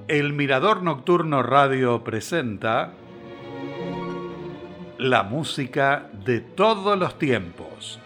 El Mirador Nocturno Radio presenta la música de todos los tiempos.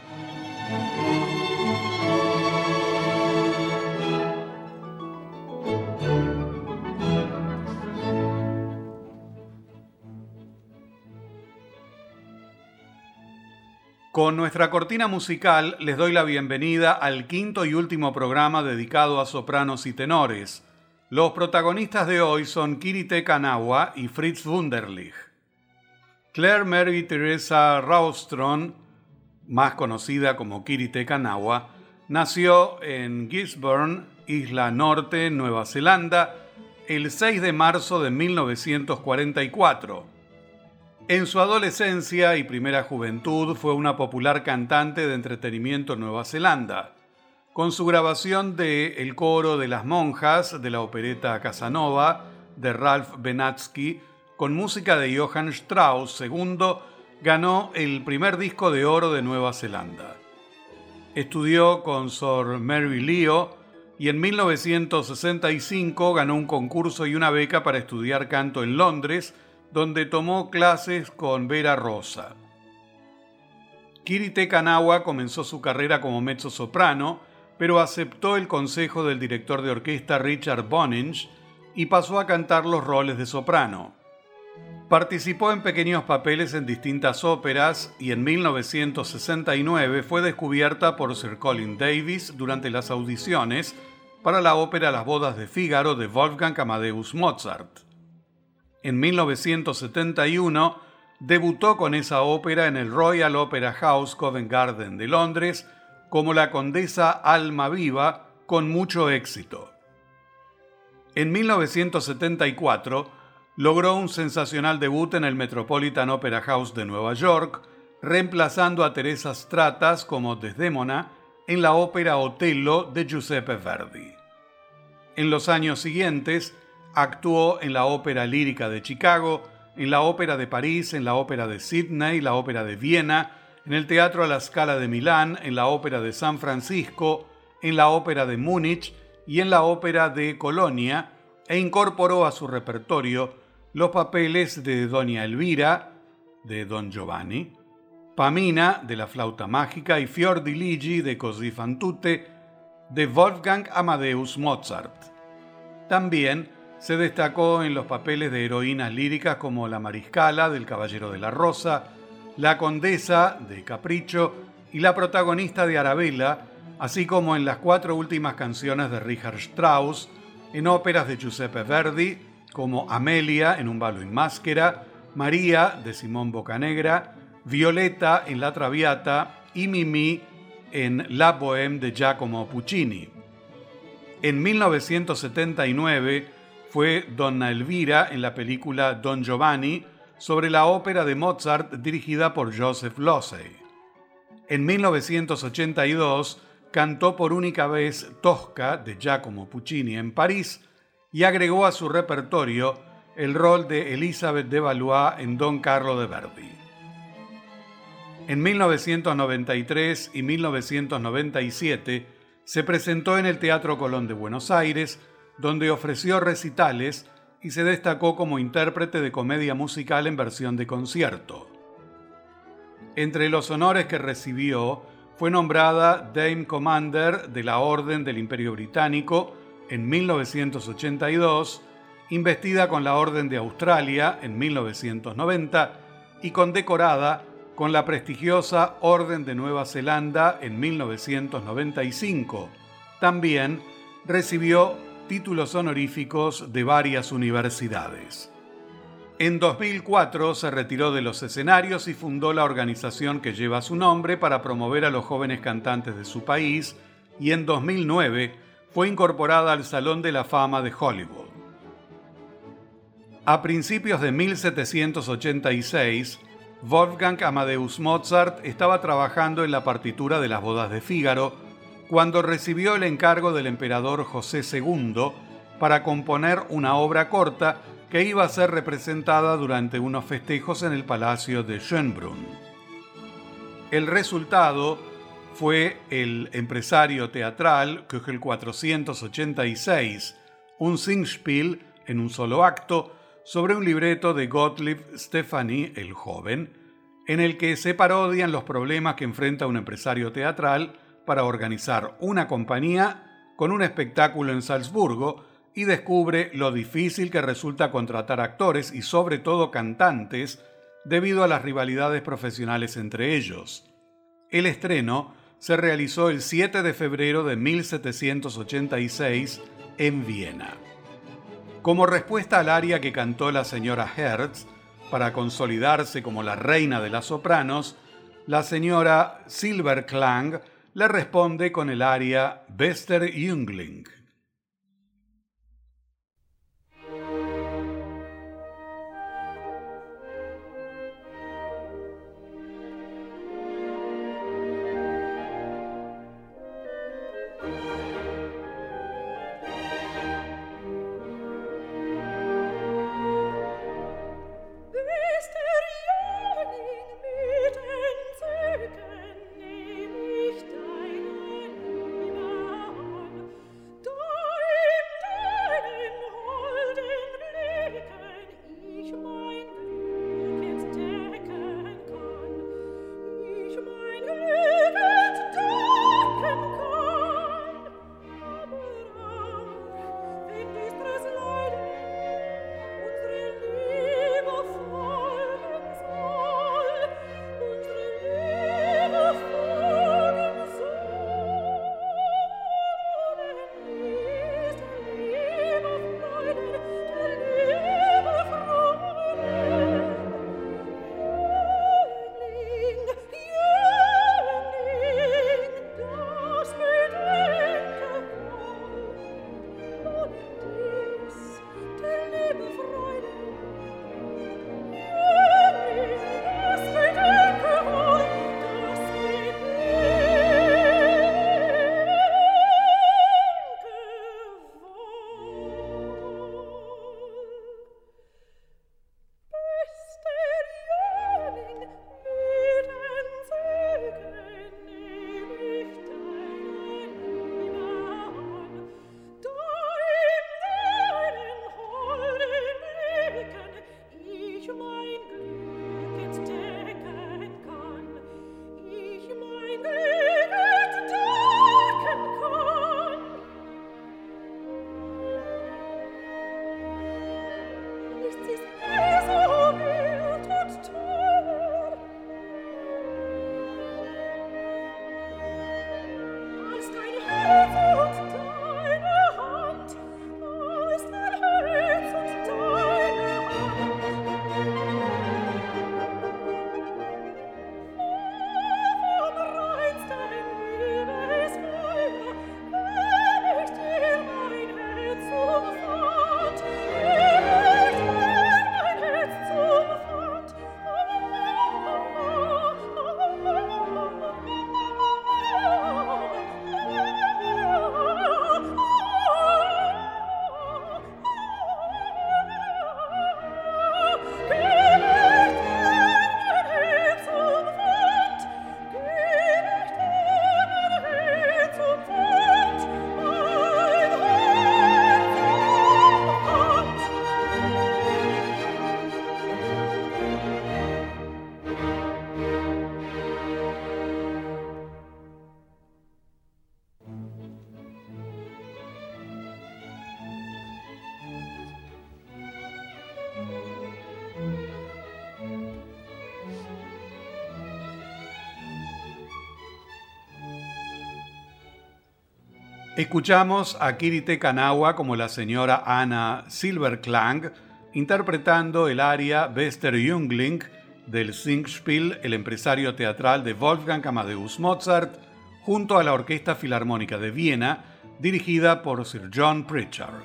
Con nuestra cortina musical les doy la bienvenida al quinto y último programa dedicado a sopranos y tenores. Los protagonistas de hoy son Kirite Kanawa y Fritz Wunderlich. Claire Mary Teresa Rawström, más conocida como Kirite Kanawa, nació en Gisborne, Isla Norte, Nueva Zelanda, el 6 de marzo de 1944. En su adolescencia y primera juventud fue una popular cantante de entretenimiento en Nueva Zelanda. Con su grabación de El coro de las monjas de la opereta Casanova de Ralph Benatsky, con música de Johann Strauss II, ganó el primer disco de oro de Nueva Zelanda. Estudió con Sir Mary Leo y en 1965 ganó un concurso y una beca para estudiar canto en Londres, donde tomó clases con Vera Rosa. Kirite Kanawa comenzó su carrera como mezzosoprano, pero aceptó el consejo del director de orquesta Richard Boninge y pasó a cantar los roles de soprano. Participó en pequeños papeles en distintas óperas y en 1969 fue descubierta por Sir Colin Davis durante las audiciones para la ópera Las bodas de Fígaro de Wolfgang Amadeus Mozart. En 1971 debutó con esa ópera en el Royal Opera House Covent Garden de Londres como la condesa Almaviva, con mucho éxito. En 1974 logró un sensacional debut en el Metropolitan Opera House de Nueva York, reemplazando a Teresa Stratas como Desdémona en la ópera Otello de Giuseppe Verdi. En los años siguientes actuó en la Ópera Lírica de Chicago, en la Ópera de París, en la Ópera de Sídney, la Ópera de Viena, en el Teatro a la Scala de Milán, en la Ópera de San Francisco, en la Ópera de Múnich y en la Ópera de Colonia, e incorporó a su repertorio los papeles de Doña Elvira, de Don Giovanni, Pamina, de La flauta mágica, y Fior di Ligi, de Così fan tutte, de Wolfgang Amadeus Mozart. También se destacó en los papeles de heroínas líricas como la Mariscala, del Caballero de la Rosa, la Condesa, de Capricho, y la protagonista de Arabella, así como en las 4 últimas canciones de Richard Strauss, en óperas de Giuseppe Verdi, como Amelia en Un ballo in maschera, María, de Simón Boccanegra, Violeta en La Traviata y Mimi en La Bohème de Giacomo Puccini. En 1979 fue Donna Elvira en la película Don Giovanni, sobre la ópera de Mozart dirigida por Joseph Losey. En 1982 cantó por única vez Tosca de Giacomo Puccini en París y agregó a su repertorio el rol de Elisabeth de Valois en Don Carlo de Verdi. En 1993 y 1997 se presentó en el Teatro Colón de Buenos Aires, donde ofreció recitales y se destacó como intérprete de comedia musical en versión de concierto. Entre los honores que recibió, fue nombrada Dame Commander de la Orden del Imperio Británico en 1982, investida con la Orden de Australia en 1990 y condecorada con la prestigiosa Orden de Nueva Zelanda en 1995. También recibió títulos honoríficos de varias universidades. En 2004 se retiró de los escenarios y fundó la organización que lleva su nombre para promover a los jóvenes cantantes de su país, y en 2009 fue incorporada al Salón de la Fama de Hollywood. A principios de 1786, Wolfgang Amadeus Mozart estaba trabajando en la partitura de Las bodas de Fígaro cuando recibió el encargo del emperador José II para componer una obra corta que iba a ser representada durante unos festejos en el Palacio de Schönbrunn. El resultado fue el empresario teatral Köchel 486, un Singspiel en un solo acto, sobre un libreto de Gottlieb Steffani el Joven, en el que se parodian los problemas que enfrenta un empresario teatral para organizar una compañía con un espectáculo en Salzburgo y descubre lo difícil que resulta contratar actores y sobre todo cantantes debido a las rivalidades profesionales entre ellos. El estreno se realizó el 7 de febrero de 1786 en Viena. Como respuesta al aria que cantó la señora Hertz, para consolidarse como la reina de las sopranos, la señora Silberklang le responde con el aria Bester Jüngling. Escuchamos a Kirite Kanawa como la señora Anna Silberklang interpretando el aria Bester Jüngling del Singspiel, el empresario teatral de Wolfgang Amadeus Mozart, junto a la Orquesta Filarmónica de Viena, dirigida por Sir John Pritchard.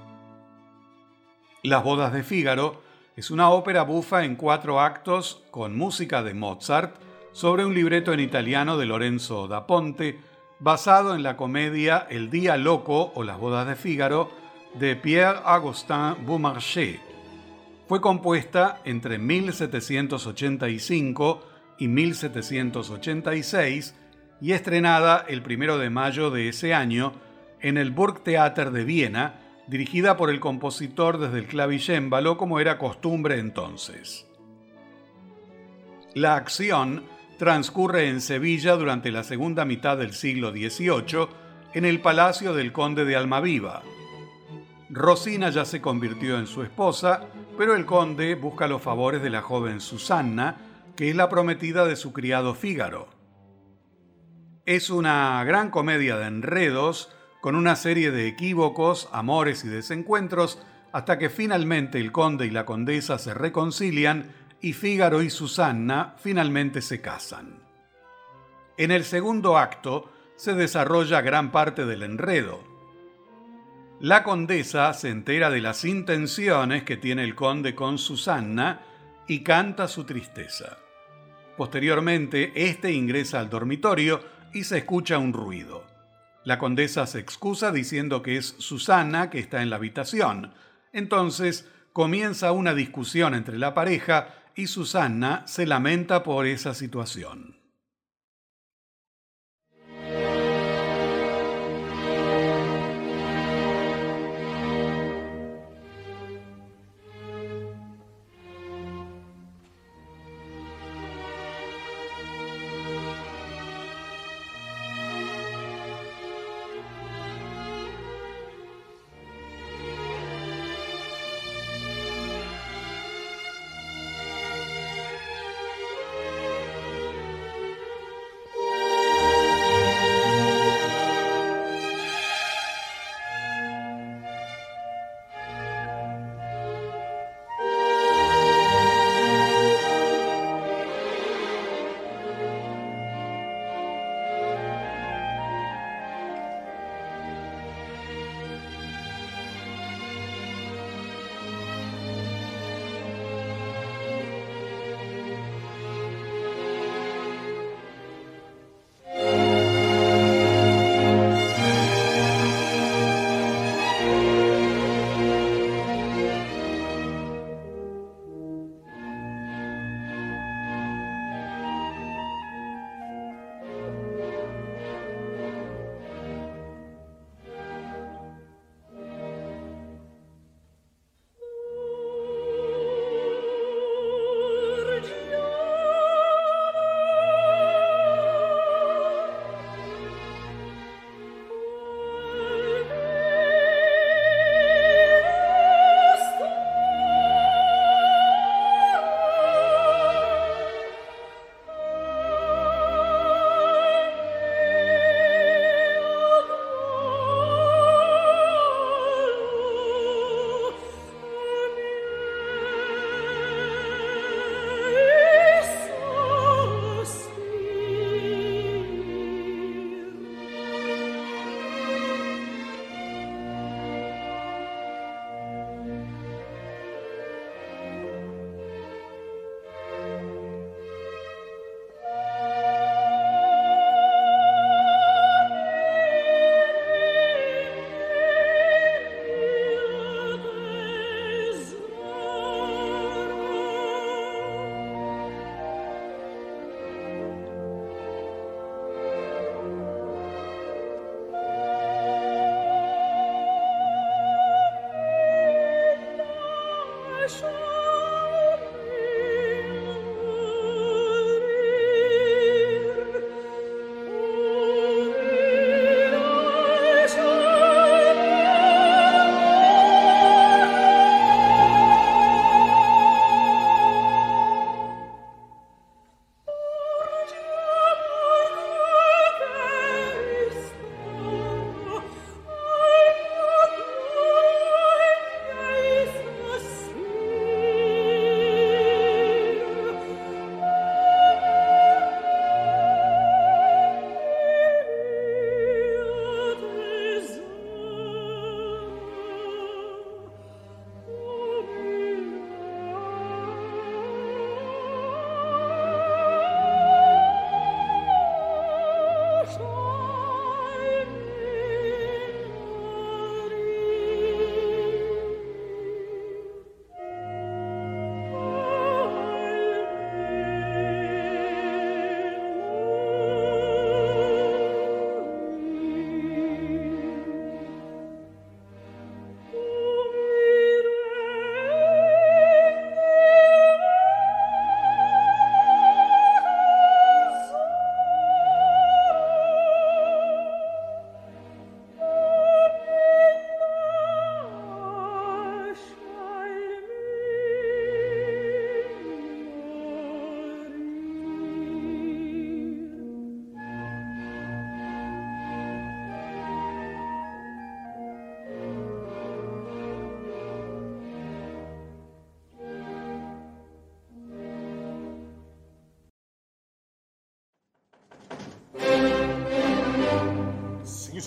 Las bodas de Fígaro es una ópera bufa en 4 actos con música de Mozart sobre un libreto en italiano de Lorenzo da Ponte, basado en la comedia El Día Loco o Las Bodas de Fígaro de Pierre-Augustin Beaumarchais. Fue compuesta entre 1785 y 1786 y estrenada el 1 de mayo de ese año en el Burgtheater de Viena dirigida por el compositor desde el clavicémbalo como era costumbre entonces. La acción transcurre en Sevilla durante la segunda mitad del siglo XVIII, en el palacio del conde de Almaviva. Rosina ya se convirtió en su esposa, pero el conde busca los favores de la joven Susanna, que es la prometida de su criado Fígaro. Es una gran comedia de enredos, con una serie de equívocos, amores y desencuentros, hasta que finalmente el conde y la condesa se reconcilian y Fígaro y Susanna finalmente se casan. En el segundo acto se desarrolla gran parte del enredo. La condesa se entera de las intenciones que tiene el conde con Susanna y canta su tristeza. Posteriormente, éste ingresa al dormitorio y se escucha un ruido. La condesa se excusa diciendo que es Susanna que está en la habitación. Entonces comienza una discusión entre la pareja y Susanna se lamenta por esa situación.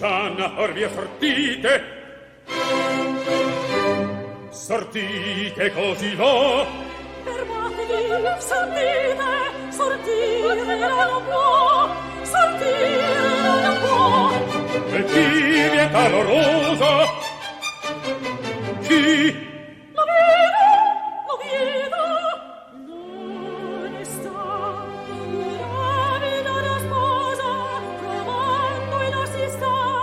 Susanna, orvia sortite, sortite così va. Fermatevi, sortite, sortire non può, sortire non può. E chi vieta l'orosa? Chi? Lo vedo, non sta, gravida la sposa, provando e non si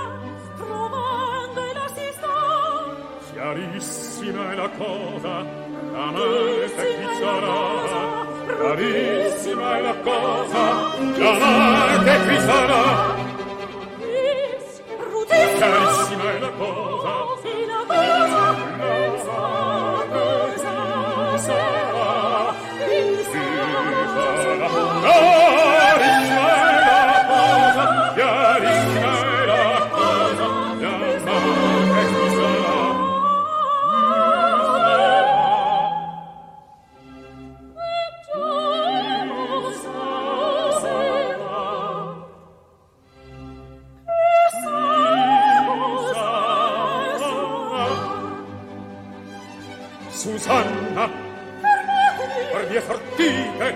sta. Chiarissima è la cosa, l'amante chi sarà? Chiarissima è la cosa, l'amante chi sarà? Chiarissima è la cosa, Susanna, guardia sortite,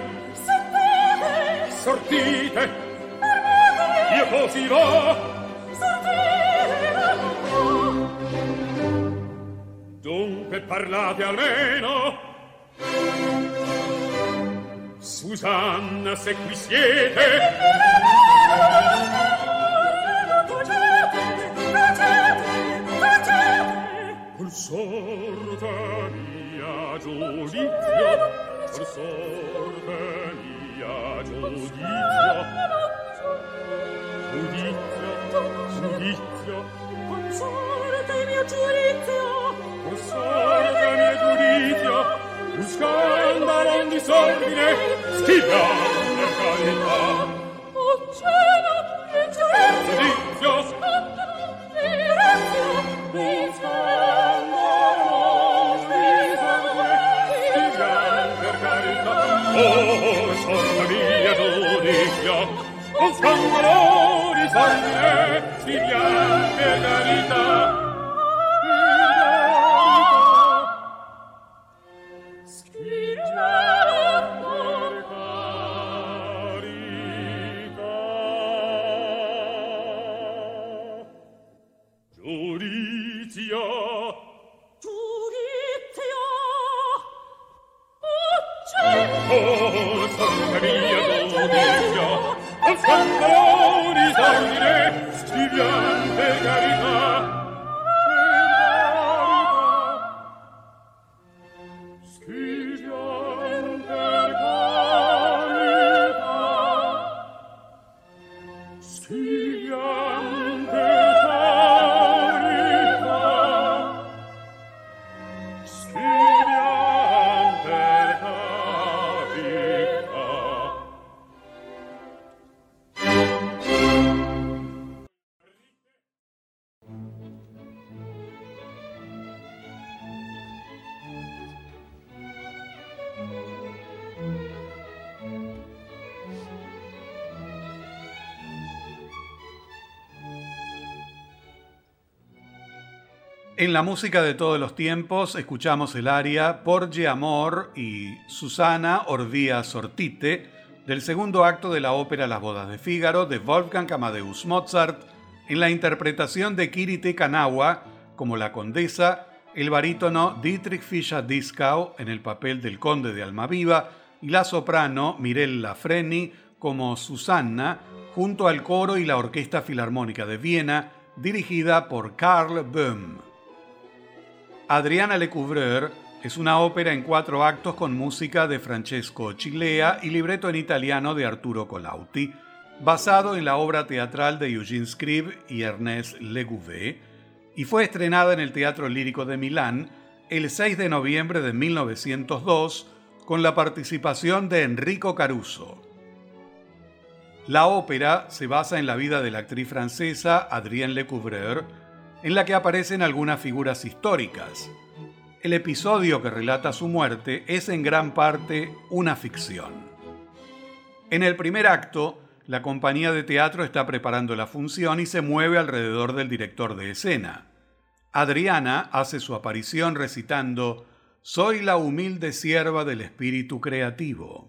sortite, io così va, dunque parlate almeno. Susanna, se qui siete, col sorte mia giudizio, col sorte mia giudizio, giudizio, Con sorte mio giudizio, col sorte mio giudizio, un scandalo, un disordine, schifo per carità. oh cielo, il Giudizio, oh, sorte mia giudizio, un scandalo, disordine, schifo per carità. En la música de todos los tiempos escuchamos el aria Porge Amor y Susanna Orvia Sortite del segundo acto de la ópera Las bodas de Fígaro de Wolfgang Amadeus Mozart en la interpretación de Kirite Kanawa como la condesa, el barítono Dietrich Fischer-Dieskau en el papel del conde de Almaviva y la soprano Mirella Freni como Susanna junto al coro y la Orquesta Filarmónica de Viena dirigida por Karl Böhm. Adriana Lecouvreur es una ópera en 4 actos con música de Francesco Cilea y libreto en italiano de Arturo Colautti, basado en la obra teatral de Eugène Scribe y Ernest Legouvé, y fue estrenada en el Teatro Lírico de Milán el 6 de noviembre de 1902 con la participación de Enrico Caruso. La ópera se basa en la vida de la actriz francesa Adrienne Lecouvreur, en la que aparecen algunas figuras históricas. El episodio que relata su muerte es en gran parte una ficción. En el primer acto, La compañía de teatro está preparando la función y se mueve alrededor del director de escena. Adriana hace su aparición recitando «Soy la humilde sierva del espíritu creativo».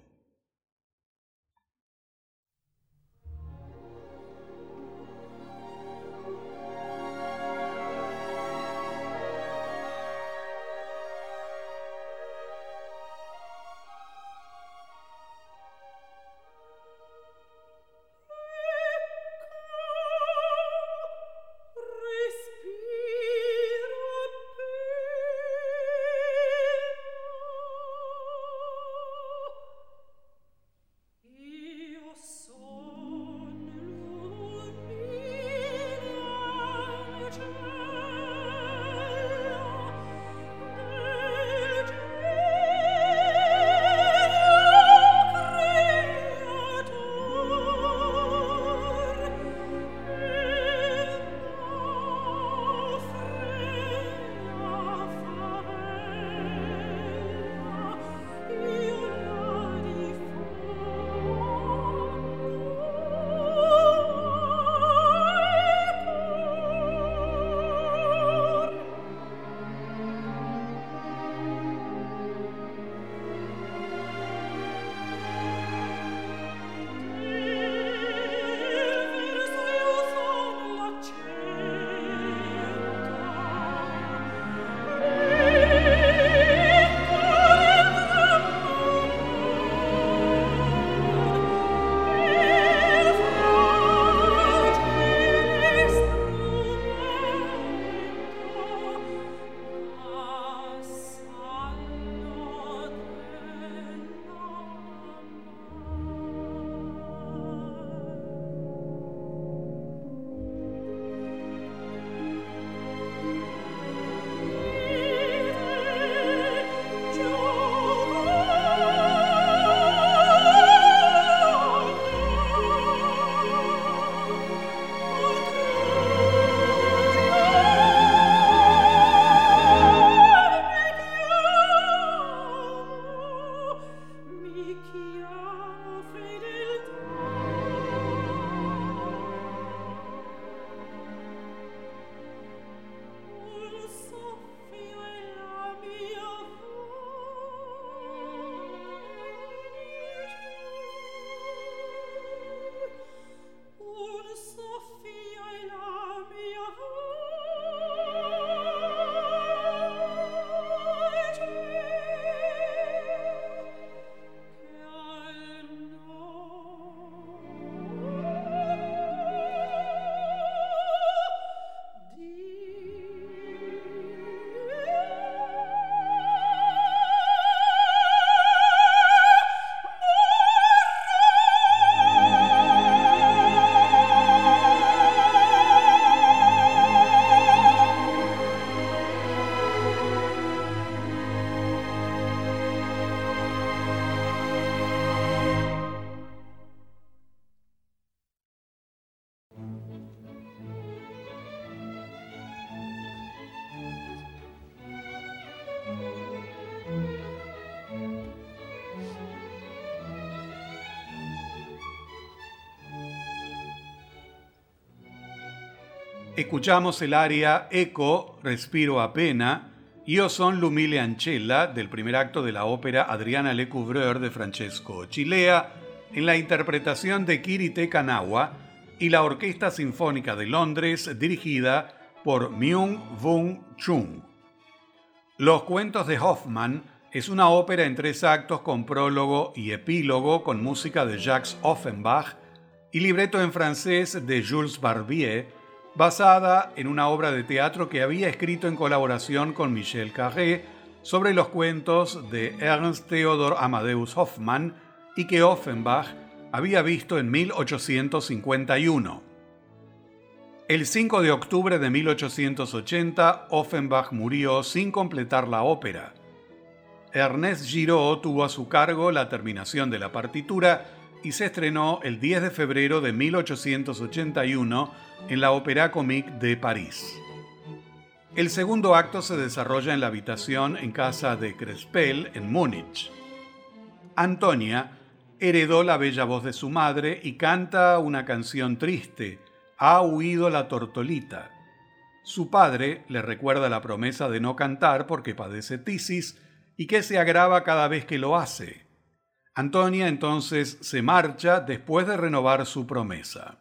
Escuchamos el aria Eco, respiro appena, Io son l'umile ancella, del primer acto de la ópera Adriana Lecouvreur de Francesco Chilea, en la interpretación de Kirite Kanawa y la Orquesta Sinfónica de Londres, dirigida por Myung-Whun Chung. Los cuentos de Hoffmann es una ópera en 3 actos con prólogo y epílogo con música de Jacques Offenbach y libreto en francés de Jules Barbier, basada en una obra de teatro que había escrito en colaboración con Michel Carré sobre los cuentos de Ernst Theodor Amadeus Hoffmann y que Offenbach había visto en 1851. El 5 de octubre de 1880, Offenbach murió sin completar la ópera. Ernest Giraud tuvo a su cargo la terminación de la partitura y se estrenó el 10 de febrero de 1881 en la Opéra Comique de París. El segundo acto se desarrolla en la habitación en casa de Crespel, en Múnich. Antonia heredó la bella voz de su madre y canta una canción triste, Ha huido la tortolita. Su padre le recuerda la promesa de no cantar porque padece tisis y que se agrava cada vez que lo hace. Antonia entonces se marcha después de renovar su promesa.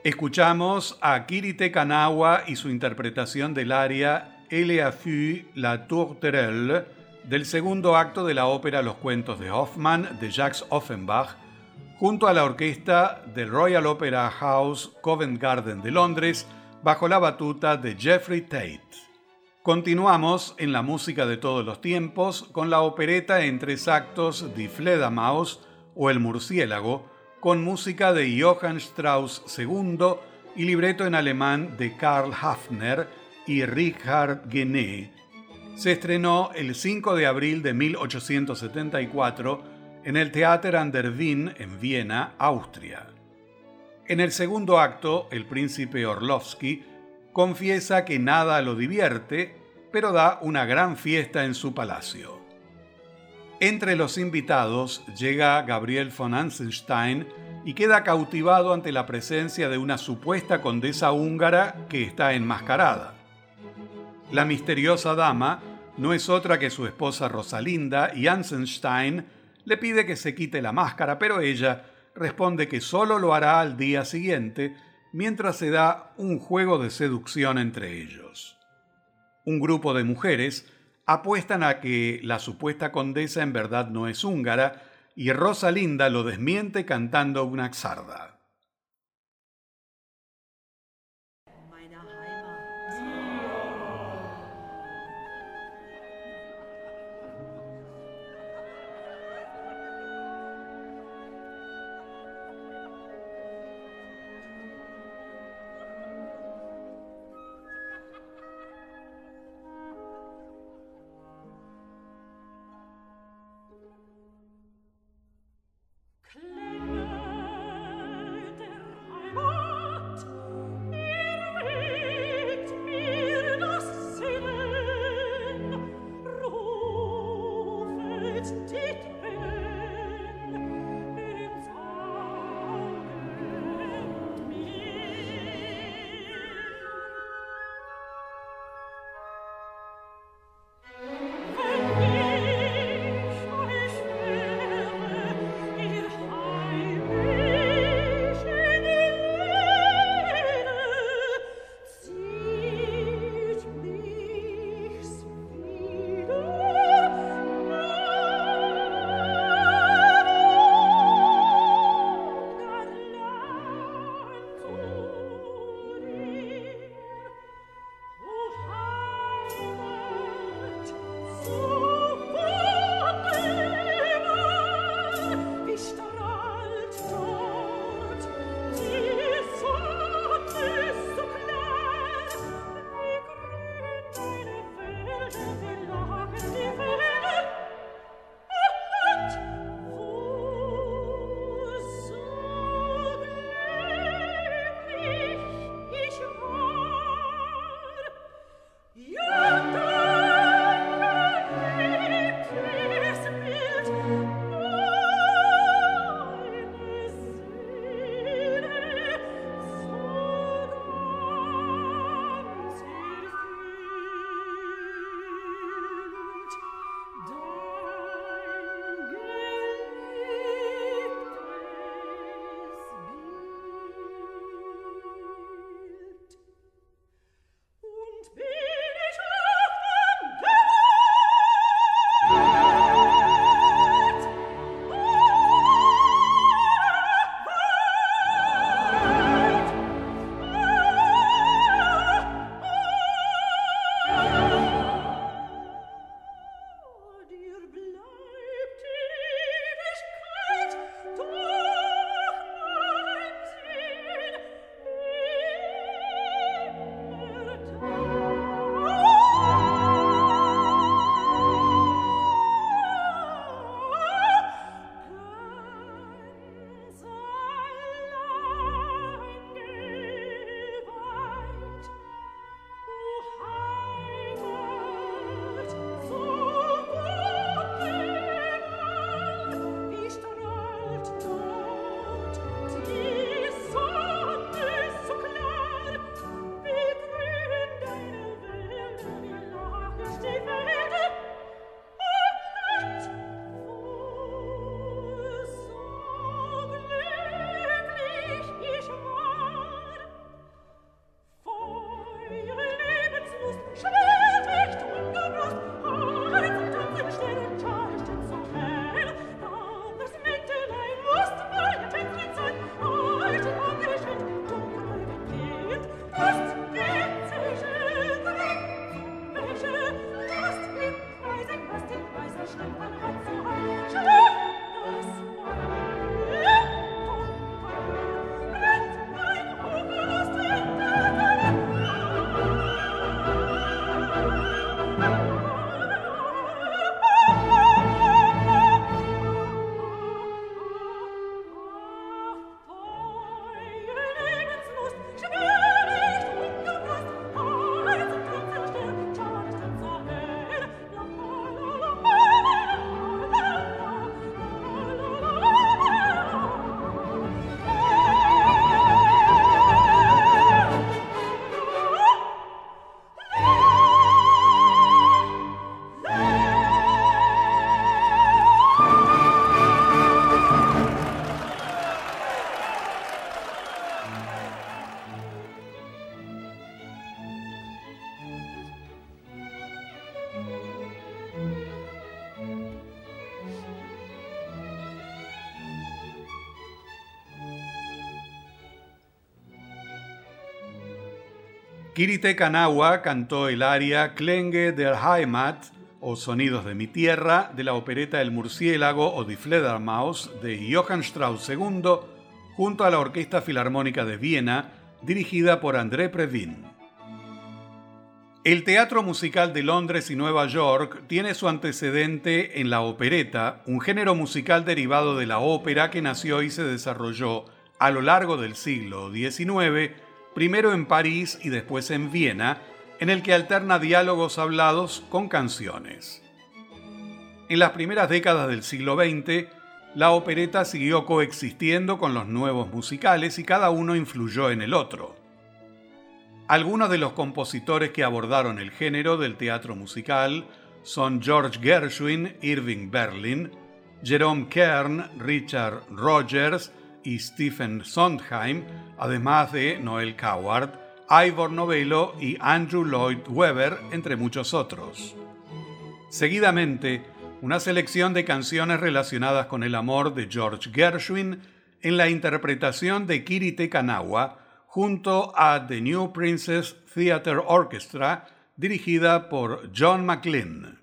Escuchamos a Kirite Kanawa y su interpretación del aria Elle a fui la tourterelle del segundo acto de la ópera Los cuentos de Hoffmann de Jacques Offenbach, junto a la orquesta del Royal Opera House Covent Garden de Londres, bajo la batuta de Geoffrey Tate. Continuamos en la música de todos los tiempos con la opereta en 3 actos Die Fledermaus o El murciélago, con música de Johann Strauss II y libreto en alemán de Karl Hafner y Richard Genet. Se estrenó el 5 de abril de 1874 en el Theater an der Wien en Viena, Austria. En el segundo acto, el príncipe Orlovsky confiesa que nada lo divierte, pero da una gran fiesta en su palacio. Entre los invitados llega Gabriel von Ansenstein y queda cautivado ante la presencia de una supuesta condesa húngara que está enmascarada. La misteriosa dama no es otra que su esposa Rosalinda y Ansenstein le pide que se quite la máscara, pero ella responde que solo lo hará al día siguiente, mientras se da un juego de seducción entre ellos. Un grupo de mujeres apuestan a que la supuesta condesa en verdad no es húngara y Rosalinda lo desmiente cantando una xarda. Klänge der Heimat, ihr Kirite Kanawa cantó el aria Klänge der Heimat, o Sonidos de mi tierra, de la opereta El murciélago o Die Fledermaus de Johann Strauss II, junto a la Orquesta Filarmónica de Viena, dirigida por André Previn. El teatro musical de Londres y Nueva York tiene su antecedente en la opereta, un género musical derivado de la ópera que nació y se desarrolló a lo largo del siglo XIX, primero en París y después en Viena, en el que alterna diálogos hablados con canciones. En las primeras décadas del siglo XX, la opereta siguió coexistiendo con los nuevos musicales y cada uno influyó en el otro. Algunos de los compositores que abordaron el género del teatro musical son George Gershwin, Irving Berlin, Jerome Kern, Richard Rodgers y Stephen Sondheim, además de Noel Coward, Ivor Novello y Andrew Lloyd Webber, entre muchos otros. Seguidamente, una selección de canciones relacionadas con el amor de George Gershwin en la interpretación de Kirite Kanawa junto a The New Princess Theatre Orchestra, dirigida por John McLean.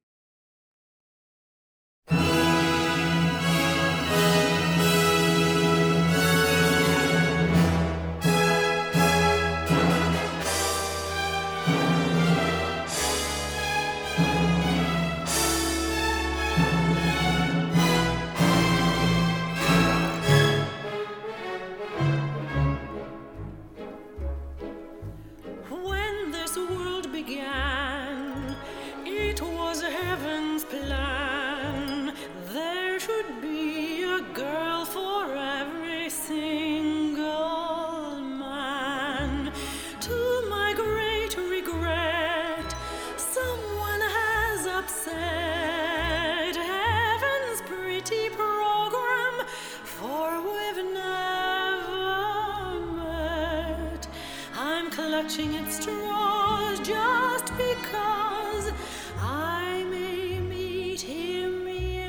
Clutching at straws just because I may meet him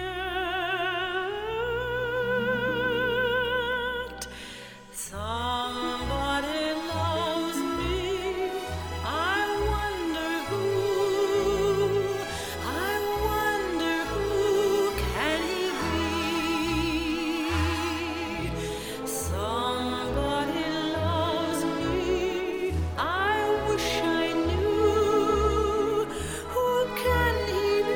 yet. Somebody loves me, I wonder who can he be? Somebody loves me, I wish I knew. Who can he be?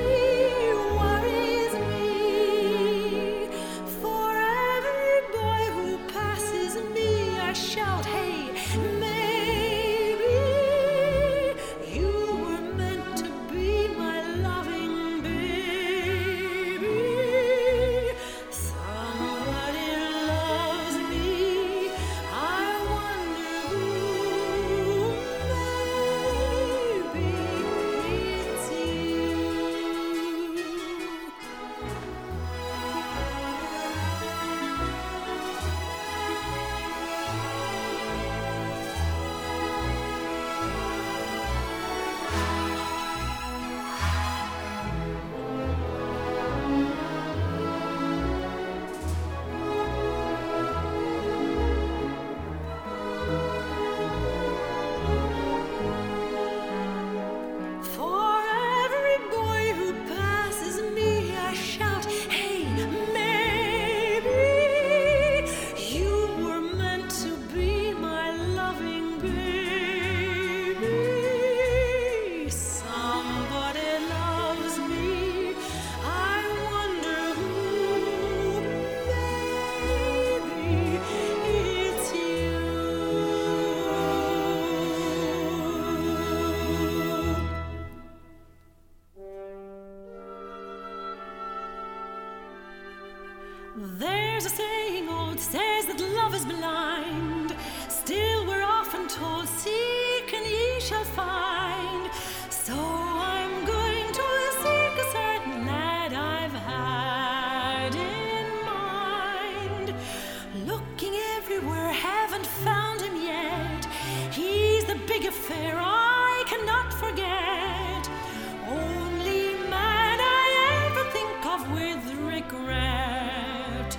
blind. Still we're often told, seek and ye shall find. So I'm going to seek a certain lad I've had in mind. Looking everywhere, haven't found him yet. He's the big affair I cannot forget. Only man I ever think of with regret.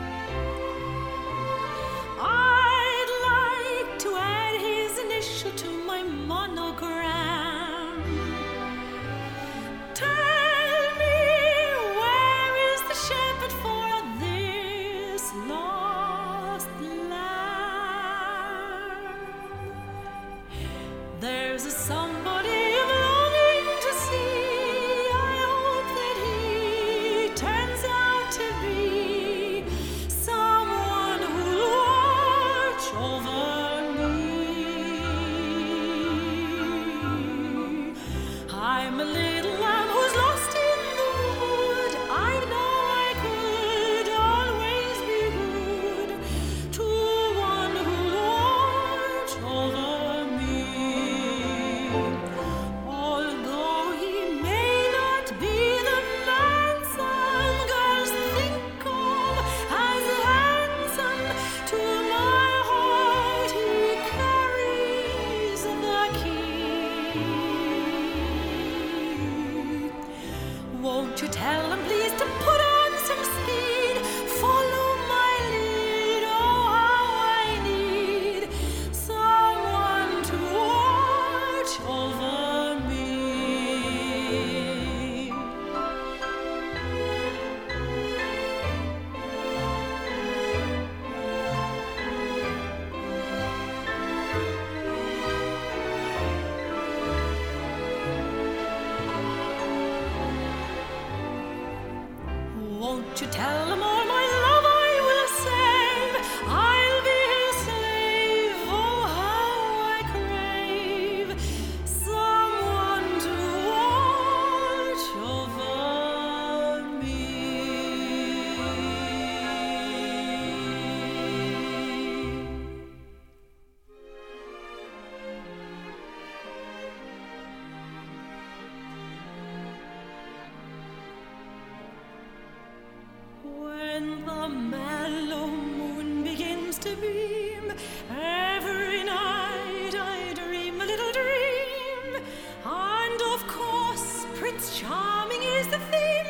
I'd like to add his initial to my monogram. Tell me, where is the shepherd for this lost lamb? There's a somebody I'm longing to see. I hope that he turns out to be someone who'll watch over me. I'm a little lamb who's lost in the wood. I know I could always be good to one who'll watch over me. Although he may not be the man some girls think of as handsome, to my heart he carries the key. Won't you tell him please to put on some speed? Follow my lead, oh how I need someone to watch over me. Won't you tell him all my love I will save? I'll be his slave, oh how I crave someone to watch over me. When the mellow moon begins to beam, every night I dream a little dream. And of course, Prince Charming is the theme.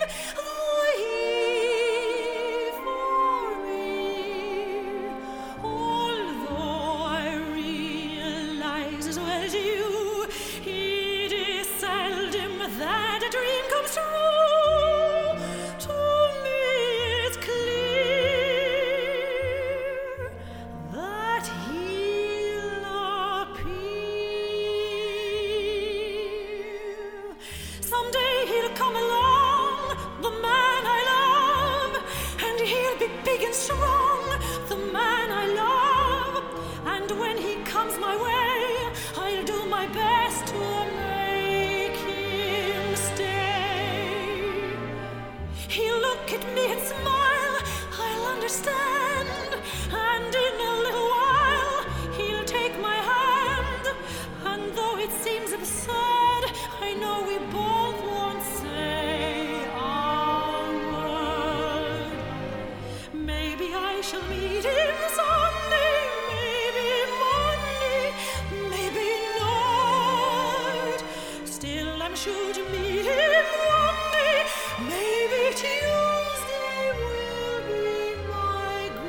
He for me. Although I realize as well as you, it is seldom that a dream comes true. To me it's clear that he'll appear. Someday he'll come along, the man I love, and he'll be big and strong, the man I love. And when he comes my way, I'll do my best to make him stay. He'll look at me and smile, I'll understand, and in a little while he'll take my hand. And though it seems absurd, I know we both won't say a word. Maybe I shall meet him someday, maybe Monday, maybe not. Still I'm sure to meet him one day, maybe Tuesday will be my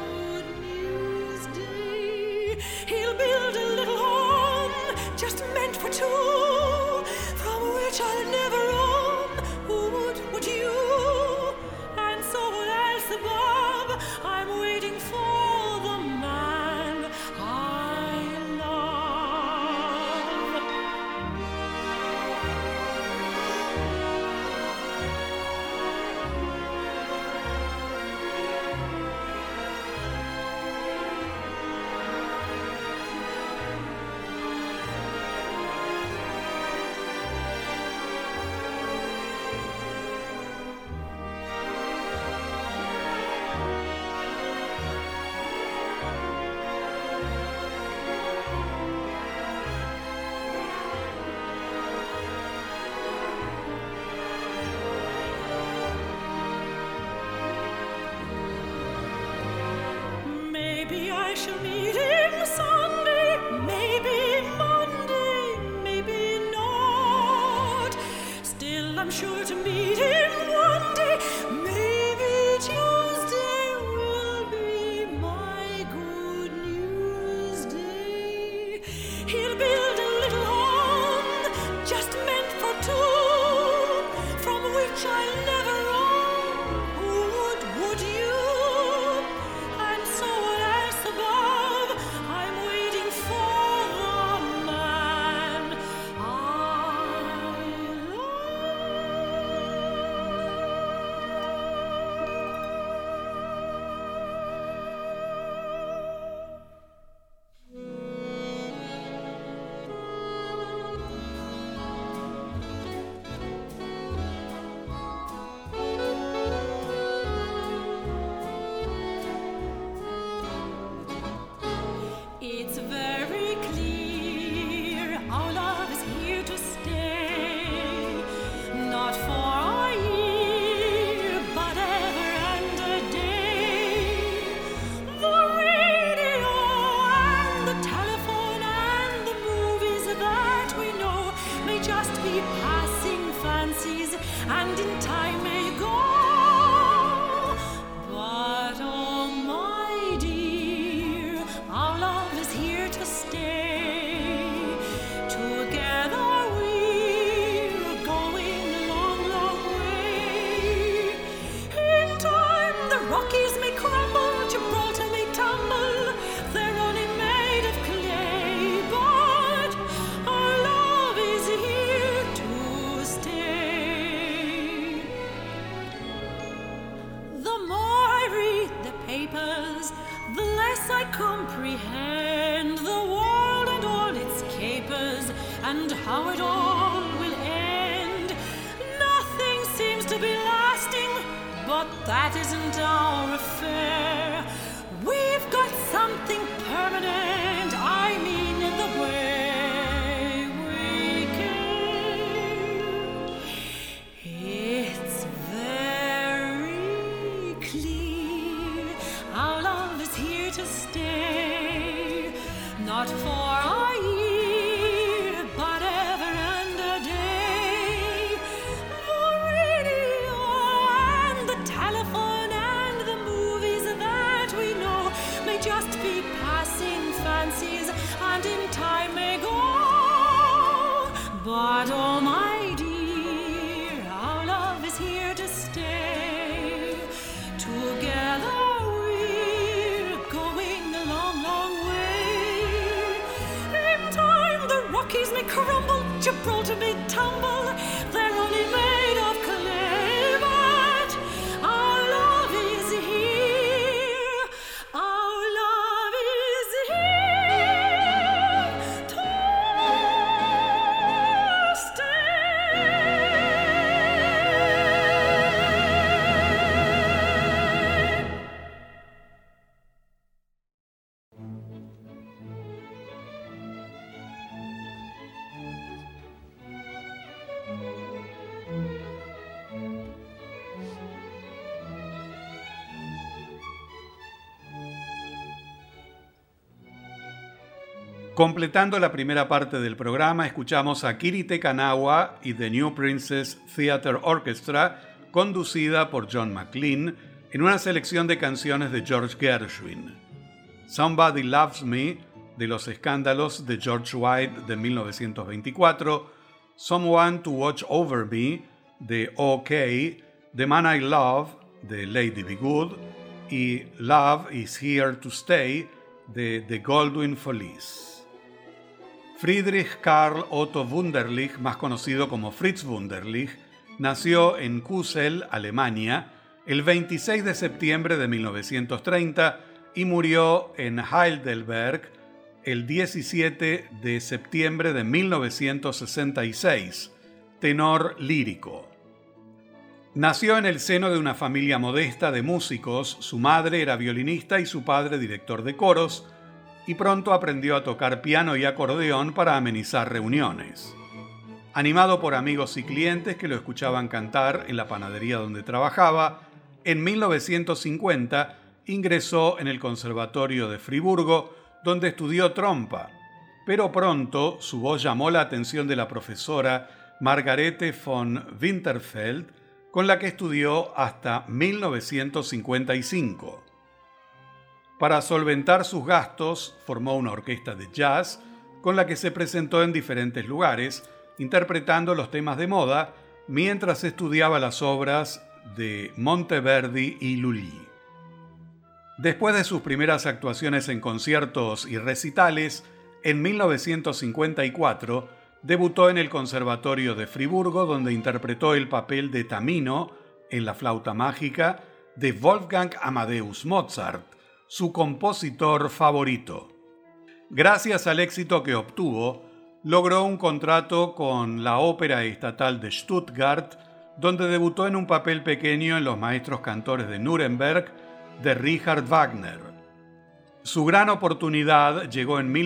and in time may go. But oh my dear, our love is here to stay. Together we're going a long, long way. In time the Rockies may crumble, Gibraltar may tumble, they're only made of clay, but our love is here to stay. The more I read the papers, the less I comprehend the world and all its capers, and how it all will end. Nothing seems to be lasting, but that isn't our affair. We've got something permanent, I mean in the way we care. It's very clear, our love is here to stay, not for a year, but ever and a day. The radio and the telephone and the movies that we know may just be passing fancies, and in time may go. But oh my dear, our love is here to stay. Together we're going a long, long way. In time the Rockies may crumble, Gibraltar may tumble, they're only made of clay, but our love is here, our love is here to stay. Completando la primera parte del programa, escuchamos a Kirite Kanawa y The New Princess Theatre Orchestra, conducida por John McLean, en una selección de canciones de George Gershwin. Somebody Loves Me, de Los Escándalos, de George White, de 1924, Someone to Watch Over Me, de OK, The Man I Love, de Lady Be Good, y Love is Here to Stay, de The Goldwyn Follies. Friedrich Karl Otto Wunderlich, más conocido como Fritz Wunderlich, nació en Kusel, Alemania, el 26 de septiembre de 1930 y murió en Heidelberg el 17 de septiembre de 1966, tenor lírico. Nació en el seno de una familia modesta de músicos, su madre era violinista y su padre director de coros, y pronto aprendió a tocar piano y acordeón para amenizar reuniones. Animado por amigos y clientes que lo escuchaban cantar en la panadería donde trabajaba, en 1950 ingresó en el Conservatorio de Friburgo, donde estudió trompa, pero pronto su voz llamó la atención de la profesora Margarete von Winterfeld, con la que estudió hasta 1955. Para solventar sus gastos, formó una orquesta de jazz con la que se presentó en diferentes lugares, interpretando los temas de moda mientras estudiaba las obras de Monteverdi y Lully. Después de sus primeras actuaciones en conciertos y recitales, en 1954 debutó en el Conservatorio de Friburgo, donde interpretó el papel de Tamino en La flauta mágica de Wolfgang Amadeus Mozart, su compositor favorito. Gracias al éxito que obtuvo, logró un contrato con la Ópera Estatal de Stuttgart, donde debutó en un papel pequeño en Los Maestros Cantores de Nuremberg de Richard Wagner. Su gran oportunidad llegó en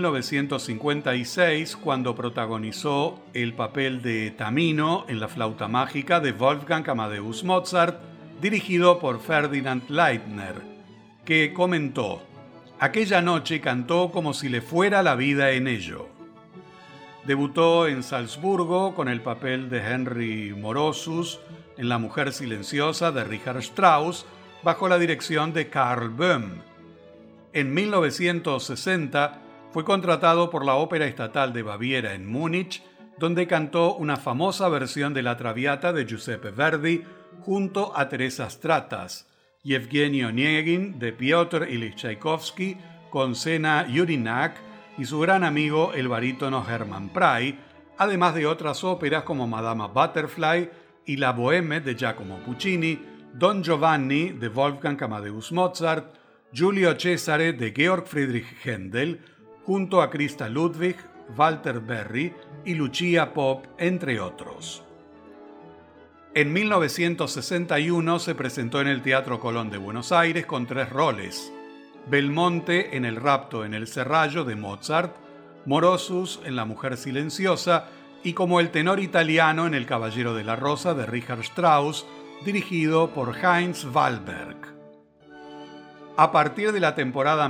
1956 cuando protagonizó el papel de Tamino en La flauta mágica de Wolfgang Amadeus Mozart, dirigido por Ferdinand Leitner, que comentó: «Aquella noche cantó como si le fuera la vida en ello». Debutó en Salzburgo con el papel de Henry Morosus en La mujer silenciosa de Richard Strauss, bajo la dirección de Karl Böhm. En 1960 fue contratado por la Ópera Estatal de Baviera en Múnich, donde cantó una famosa versión de la Traviata de Giuseppe Verdi junto a Teresa Stratas, Yevgeny Onegin de Piotr Ilyich Tchaikovsky, con Sena Jurinak y su gran amigo el barítono Hermann Prey, además de otras óperas como Madama Butterfly y La Bohème de Giacomo Puccini, Don Giovanni de Wolfgang Amadeus Mozart, Giulio Cesare de Georg Friedrich Händel, junto a Christa Ludwig, Walter Berry y Lucia Pop, entre otros. En 1961 se presentó en el Teatro Colón de Buenos Aires con 3 roles: Belmonte en El rapto en el Serrallo de Mozart, Morosus en La mujer silenciosa y como el tenor italiano en El caballero de la rosa de Richard Strauss, dirigido por Heinz Wahlberg. A partir de la temporada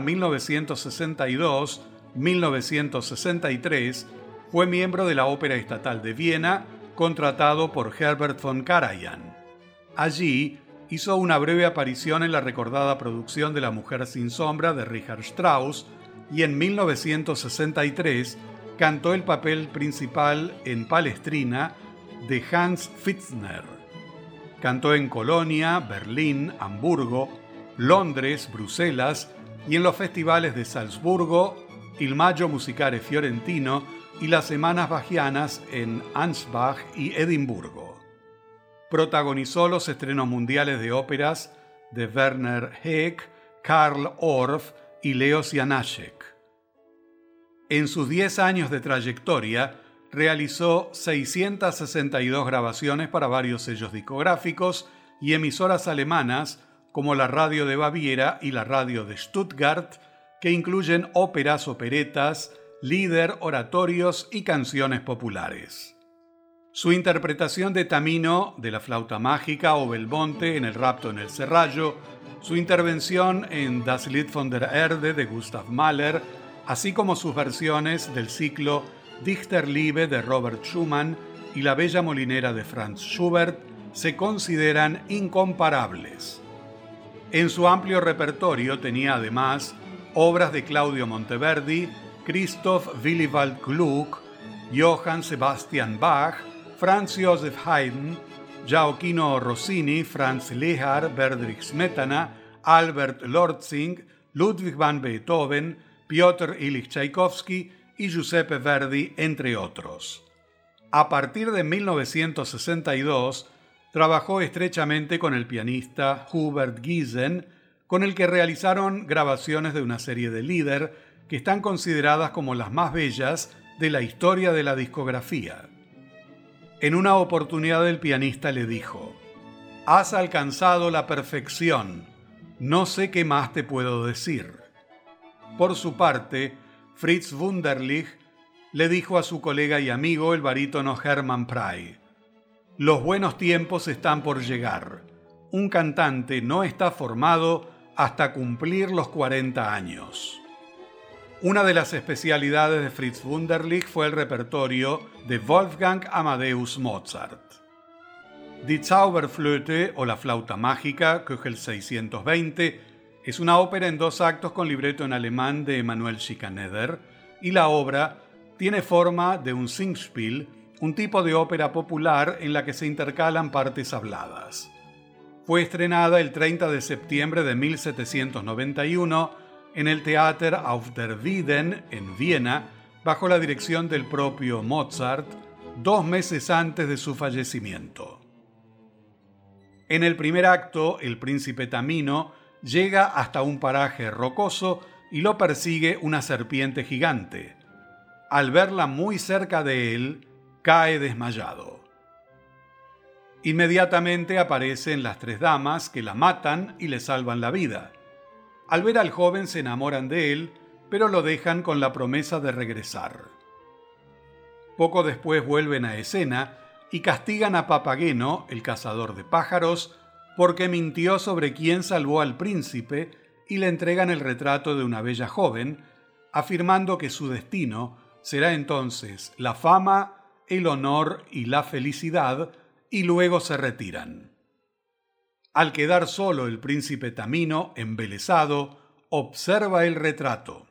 1962-1963 fue miembro de la Ópera Estatal de Viena, contratado por Herbert von Karajan. Allí hizo una breve aparición en la recordada producción de La mujer sin sombra de Richard Strauss y en 1963 cantó el papel principal en Palestrina de Hans Pfitzner. Cantó en Colonia, Berlín, Hamburgo, Londres, Bruselas y en los festivales de Salzburgo, Il Maggio Musicale Fiorentino y las Semanas Bachianas en Ansbach y Edimburgo. Protagonizó los estrenos mundiales de óperas de Werner Heck, Karl Orff y Leo Janáček. En sus 10 años de trayectoria, realizó 662 grabaciones para varios sellos discográficos y emisoras alemanas como la Radio de Baviera y la Radio de Stuttgart, que incluyen óperas, operetas, lieder, oratorios y canciones populares. Su interpretación de Tamino, de la flauta mágica, o Belmonte en El rapto en el Serrallo, su intervención en Das Lied von der Erde de Gustav Mahler, así como sus versiones del ciclo Dichterliebe de Robert Schumann y La bella molinera de Franz Schubert, se consideran incomparables. En su amplio repertorio tenía además obras de Claudio Monteverdi, Christoph Willibald Gluck, Johann Sebastian Bach, Franz Joseph Haydn, Gioacchino Rossini, Franz Lehár, Bedřich Smetana, Albert Lortzing, Ludwig van Beethoven, Piotr Ilyich Tchaikovsky y Giuseppe Verdi, entre otros. A partir de 1962, trabajó estrechamente con el pianista Hubert Giesen, con el que realizaron grabaciones de una serie de lieder que están consideradas como las más bellas de la historia de la discografía. En una oportunidad el pianista le dijo: «Has alcanzado la perfección, no sé qué más te puedo decir». Por su parte, Fritz Wunderlich le dijo a su colega y amigo el barítono Hermann Prey: «Los buenos tiempos están por llegar. Un cantante no está formado hasta cumplir los 40 años». Una de las especialidades de Fritz Wunderlich fue el repertorio de Wolfgang Amadeus Mozart. Die Zauberflöte o la flauta mágica, Köchel 620, es una ópera en 2 actos con libreto en alemán de Emanuel Schikaneder, y la obra tiene forma de un Singspiel, un tipo de ópera popular en la que se intercalan partes habladas. Fue estrenada el 30 de septiembre de 1791 en el Theater auf der Wieden, en Viena, bajo la dirección del propio Mozart, 2 meses antes de su fallecimiento. En el primer acto, el príncipe Tamino llega hasta un paraje rocoso y lo persigue una serpiente gigante. Al verla muy cerca de él, cae desmayado. Inmediatamente aparecen las 3 damas que la matan y le salvan la vida. Al ver al joven se enamoran de él, pero lo dejan con la promesa de regresar. Poco después vuelven a escena y castigan a Papageno, el cazador de pájaros, porque mintió sobre quién salvó al príncipe y le entregan el retrato de una bella joven, afirmando que su destino será entonces la fama, el honor y la felicidad, y luego se retiran. Al quedar solo, el príncipe Tamino, embelesado, observa el retrato.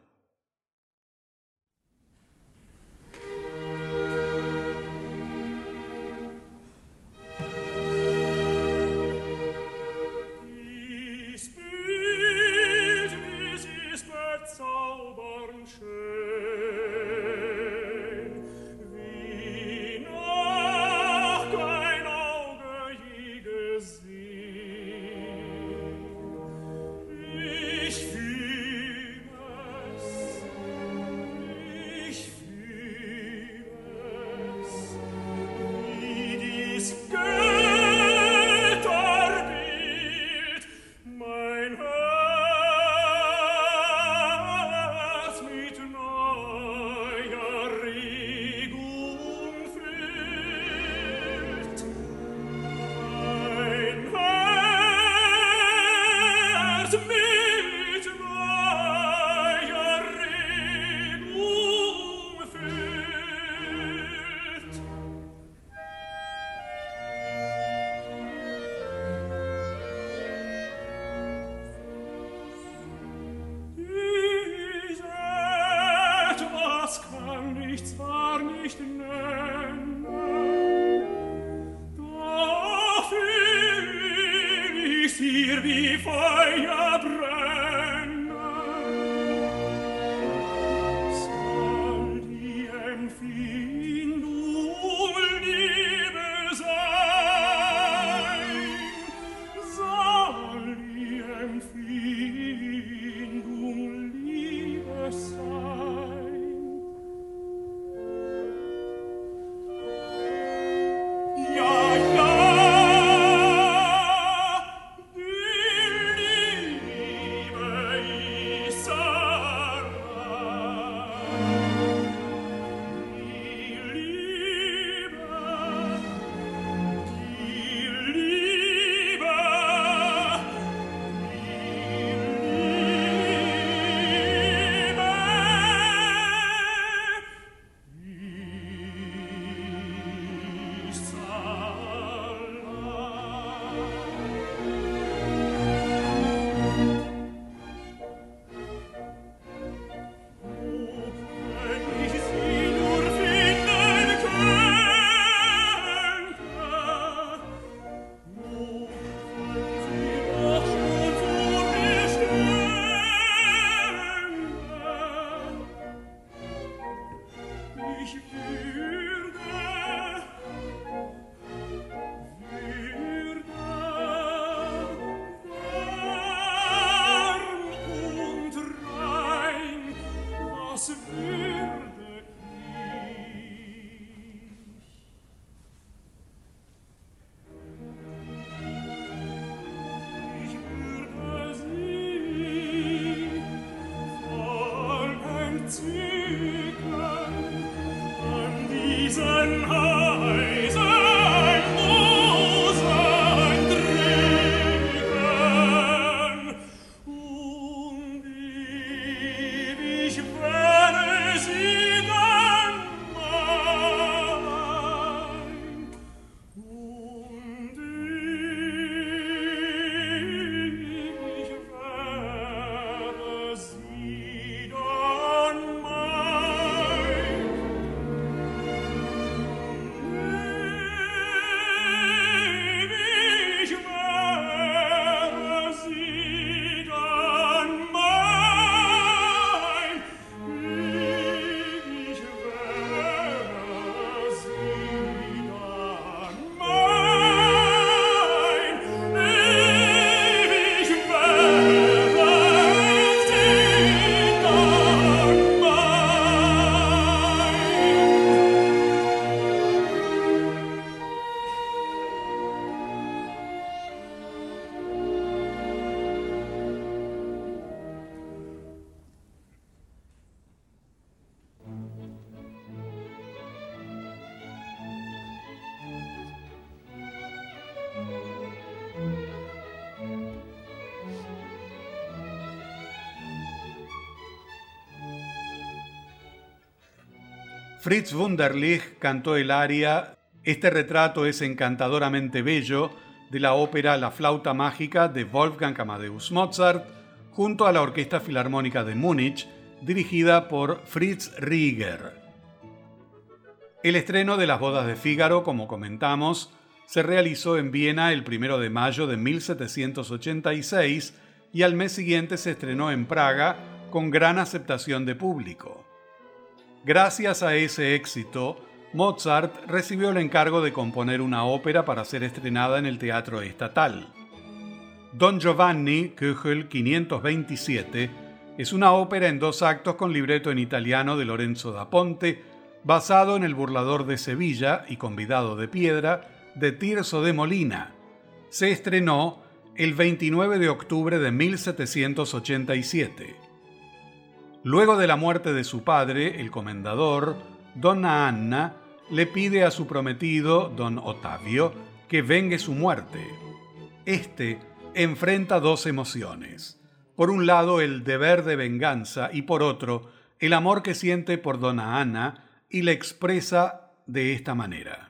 Fritz Wunderlich cantó el aria Este retrato es encantadoramente bello de la ópera La flauta mágica de Wolfgang Amadeus Mozart, junto a la Orquesta Filarmónica de Múnich, dirigida por Fritz Rieger. El estreno de Las bodas de Fígaro, como comentamos, se realizó en Viena el 1 de mayo de 1786 y al mes siguiente se estrenó en Praga con gran aceptación de público. Gracias a ese éxito, Mozart recibió el encargo de componer una ópera para ser estrenada en el Teatro Estatal. Don Giovanni, Köchel 527, es una ópera en 2 actos con libreto en italiano de Lorenzo da Ponte, basado en El burlador de Sevilla y convidado de piedra de Tirso de Molina. Se estrenó el 29 de octubre de 1787. Luego de la muerte de su padre, el comendador, Donna Anna le pide a su prometido, don Ottavio, que vengue su muerte. Este enfrenta 2 emociones. Por un lado, el deber de venganza y por otro, el amor que siente por Donna Anna y le expresa de esta manera.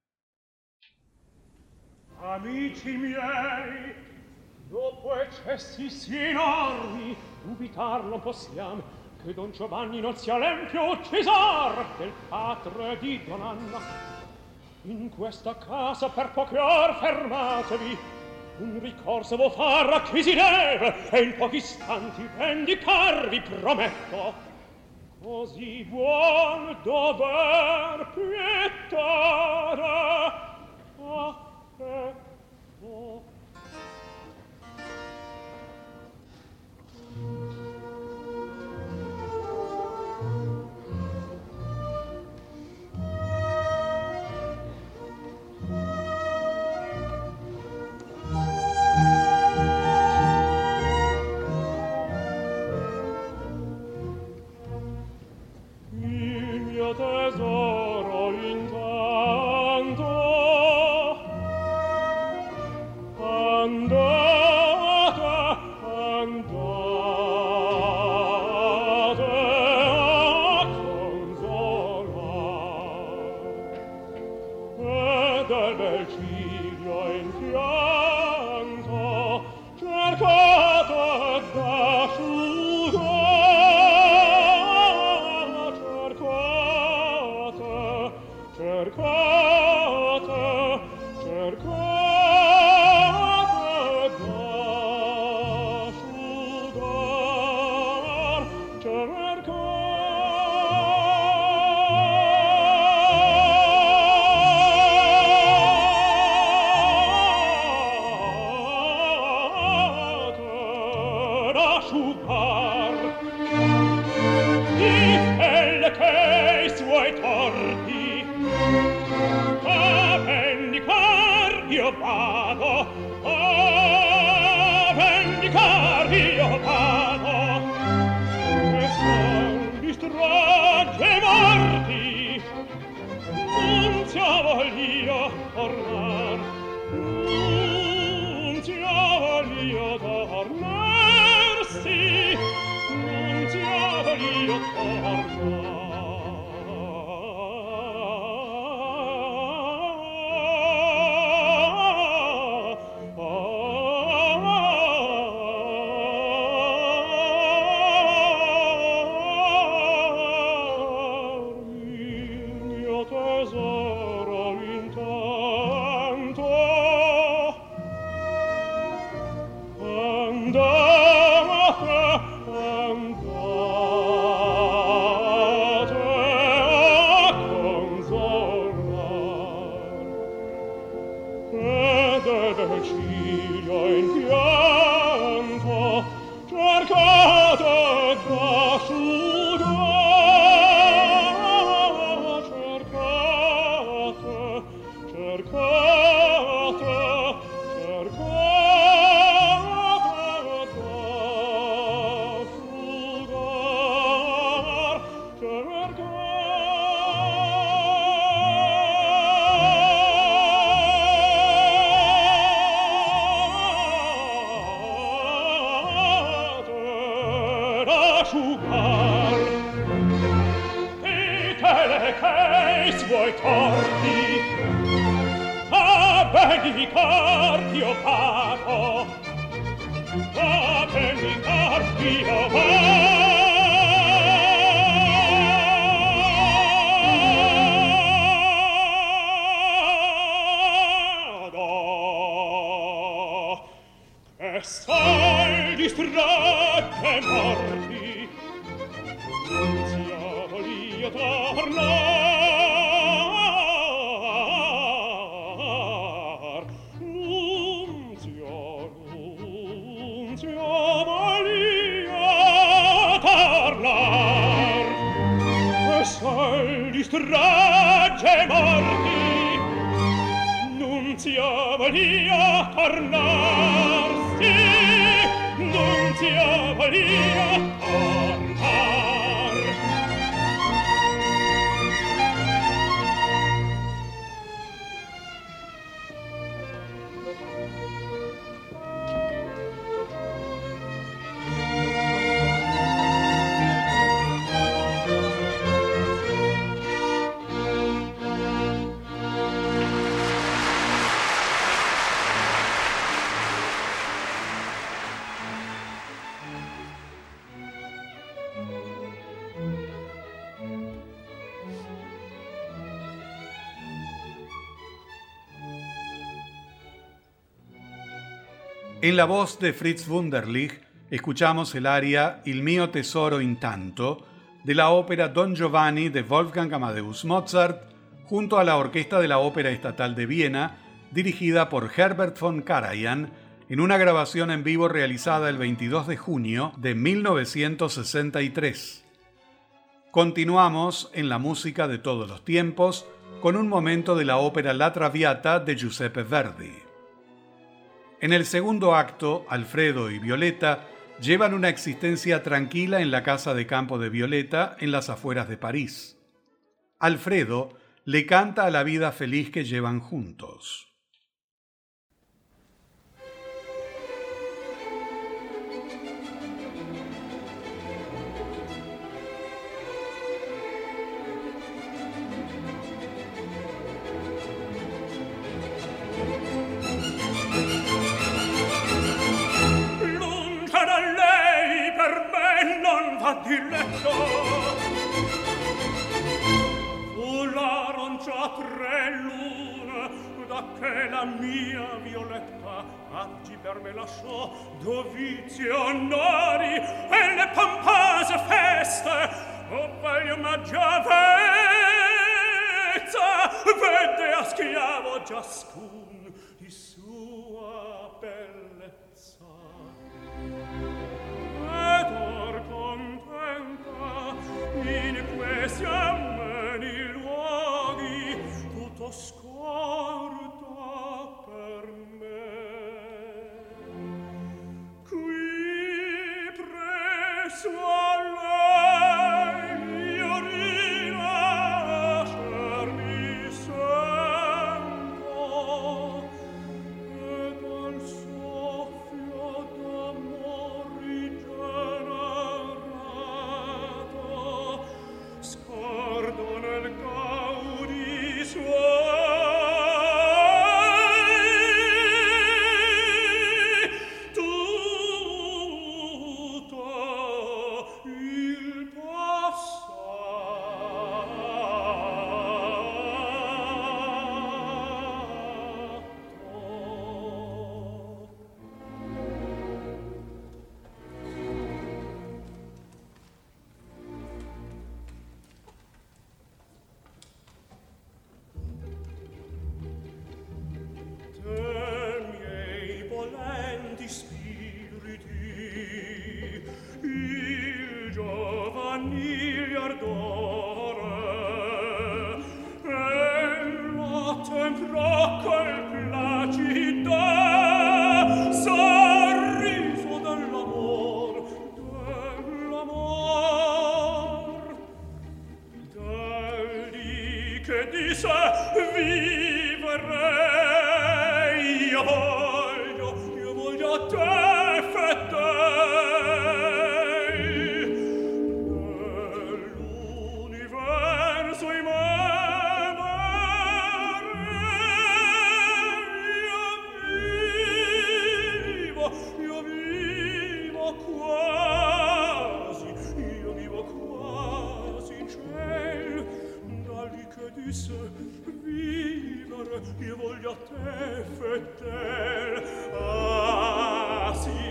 Amici miei, dopo eccessi sì enormi, dubitar non possiamo che Don Giovanni non sia l'empio uccisor del padre di Don Anna. In questa casa per poche ore fermatevi, un ricorso vo far a chi si deve, e in pochi istanti vendicarvi prometto. Così buon dover pietare a oh. Il mio tesoro intanto vuoi torti vendicar io pago, a vendicar io vado. Che soldi strage morti, zia voglio tornar. Nunzia voglio tornar. Che soldi strage morti, nunzia voglio tornar. Nunzia voglio tornar. En la voz de Fritz Wunderlich escuchamos el aria Il mio tesoro intanto de la ópera Don Giovanni de Wolfgang Amadeus Mozart junto a la Orquesta de la Ópera Estatal de Viena dirigida por Herbert von Karajan en una grabación en vivo realizada el 22 de junio de 1963. Continuamos en la música de todos los tiempos con un momento de la ópera La Traviata de Giuseppe Verdi. En el segundo acto, Alfredo y Violeta llevan una existencia tranquila en la casa de campo de Violeta en las afueras de París. Alfredo le canta a la vida feliz que llevan juntos. Di letto volaron già 3 lune da che la mia Violetta oggi per me lasciò dovizi onori e le pompose feste bella maggiavezza vede a schiavo ciascun di sua bellezza ed or contenta in questi ameni luoghi tutto scorda per me qui presso a lei io rinascermi sento ed al soffio d'amor rigenerato scordo nel gaudi suoi tutto il passato. Te miei volenti spiriti il giovanile ardore e la temprò col placido sorriso dell'amor del dì che disse vivrei io voglio te fedei nell'universo in me puisse vivere, io voglio a te fetel. Ah, sì,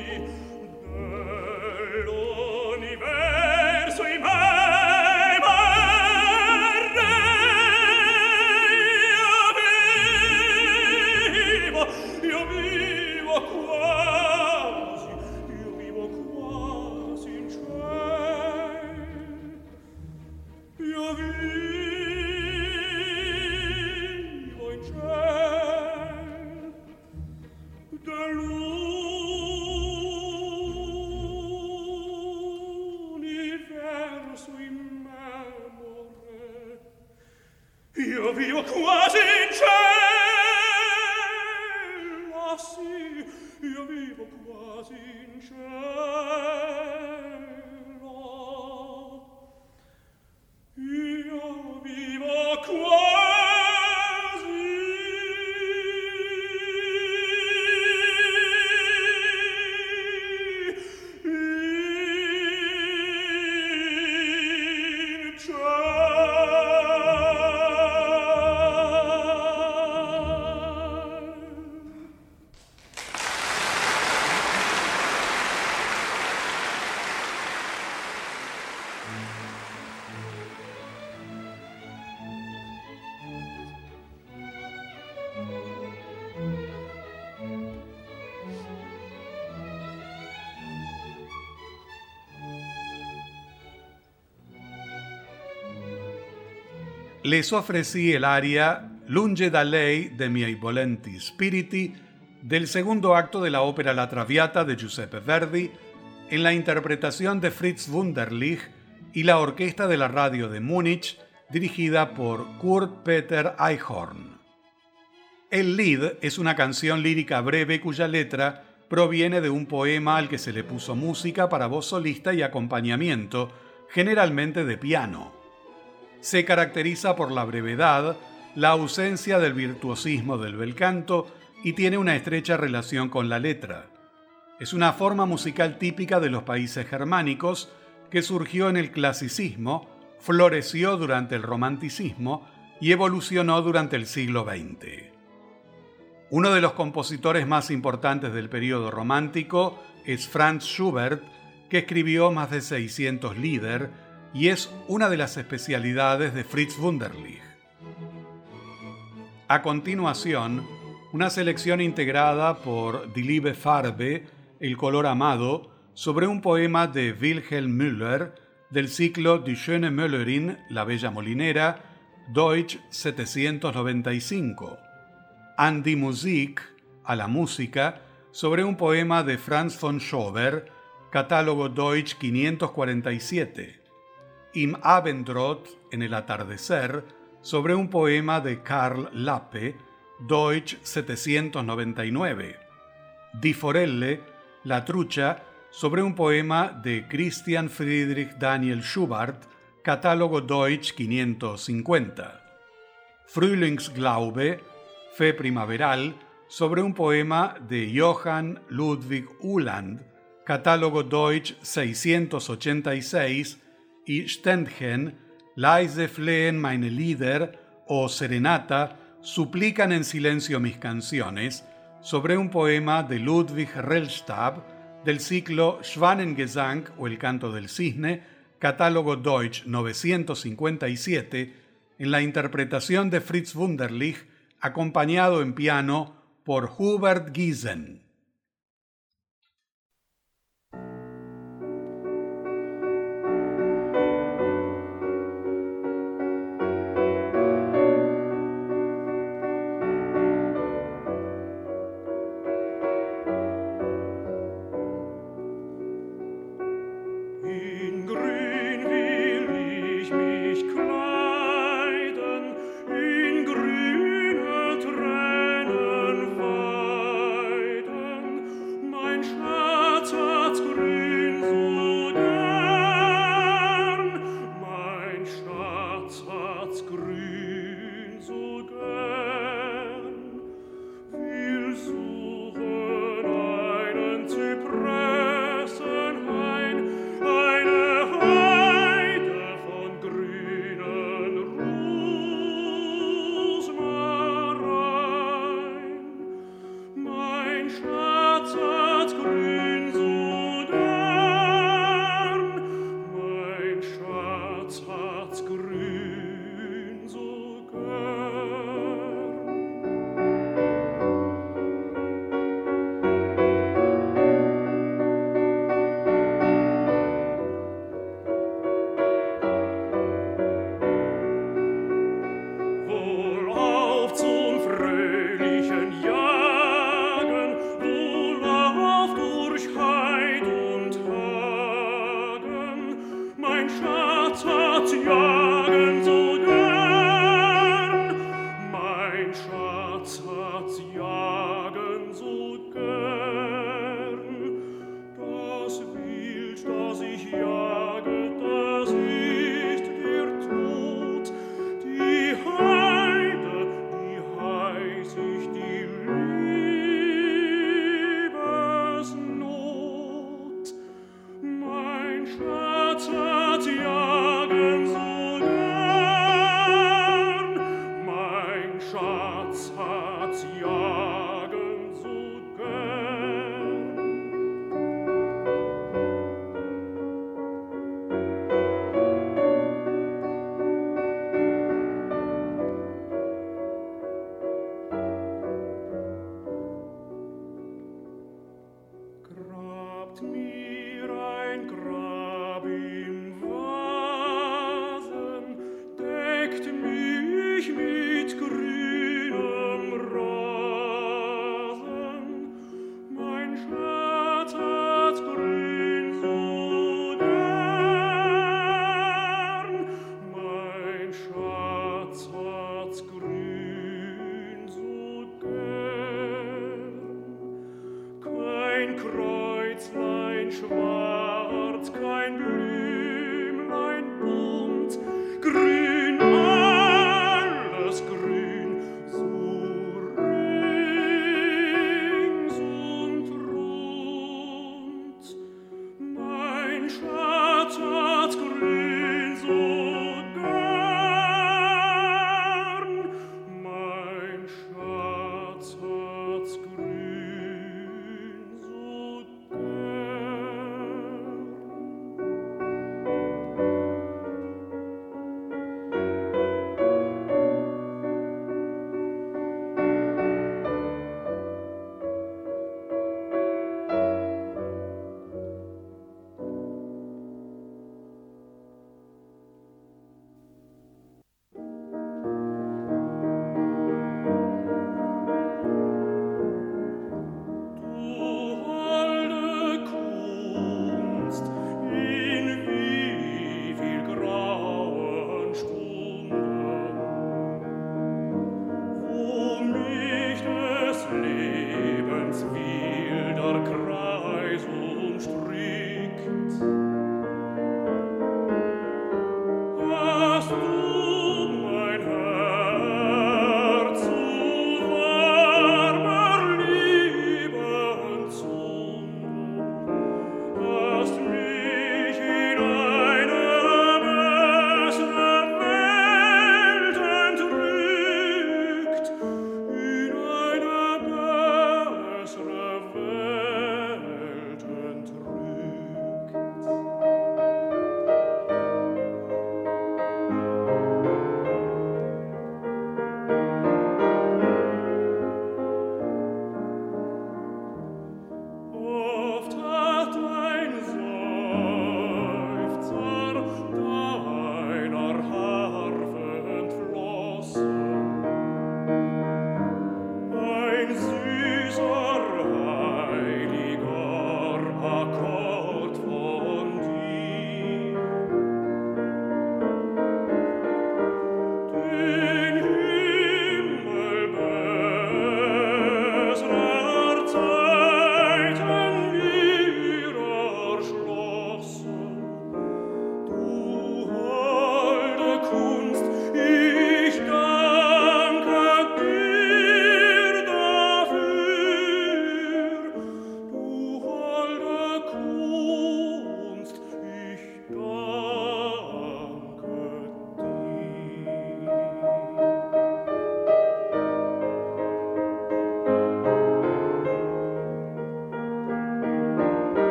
dell'universo in me. Io vivo quasi in cielo, ah sì, io vivo quasi in cielo. Io vivo quasi in cielo. Les ofrecí el aria Lunge da lei de miei volenti spiriti del segundo acto de la ópera La Traviata de Giuseppe Verdi en la interpretación de Fritz Wunderlich y la Orquesta de la Radio de Múnich dirigida por Kurt Peter Eichhorn. El Lied es una canción lírica breve cuya letra proviene de un poema al que se le puso música para voz solista y acompañamiento, generalmente de piano. Se caracteriza por la brevedad, la ausencia del virtuosismo del bel canto y tiene una estrecha relación con la letra. Es una forma musical típica de los países germánicos que surgió en el clasicismo, floreció durante el romanticismo y evolucionó durante el siglo XX. Uno de los compositores más importantes del período romántico es Franz Schubert, que escribió más de 600 Lieder y es una de las especialidades de Fritz Wunderlich. A continuación, una selección integrada por Die Liebe Farbe, El color amado, sobre un poema de Wilhelm Müller del ciclo Die schöne Müllerin, La bella molinera, Deutsch 795. An die Musik, a la música, sobre un poema de Franz von Schober, catálogo Deutsch 547. Im Abendrot, en el atardecer, sobre un poema de Karl Lappe, Deutsch 799. Die Forelle, la trucha, sobre un poema de Christian Friedrich Daniel Schubert, catálogo Deutsch 550. Frühlingsglaube, fe primaveral, sobre un poema de Johann Ludwig Uhland, catálogo Deutsch 686, y Ständchen, Leise flehen meine Lieder o Serenata, suplican en silencio mis canciones, sobre un poema de Ludwig Rellstab del ciclo Schwanengesang o El canto del cisne, catálogo Deutsch 957, en la interpretación de Fritz Wunderlich, acompañado en piano por Hubert Giesen. In grüne Tränen weiden.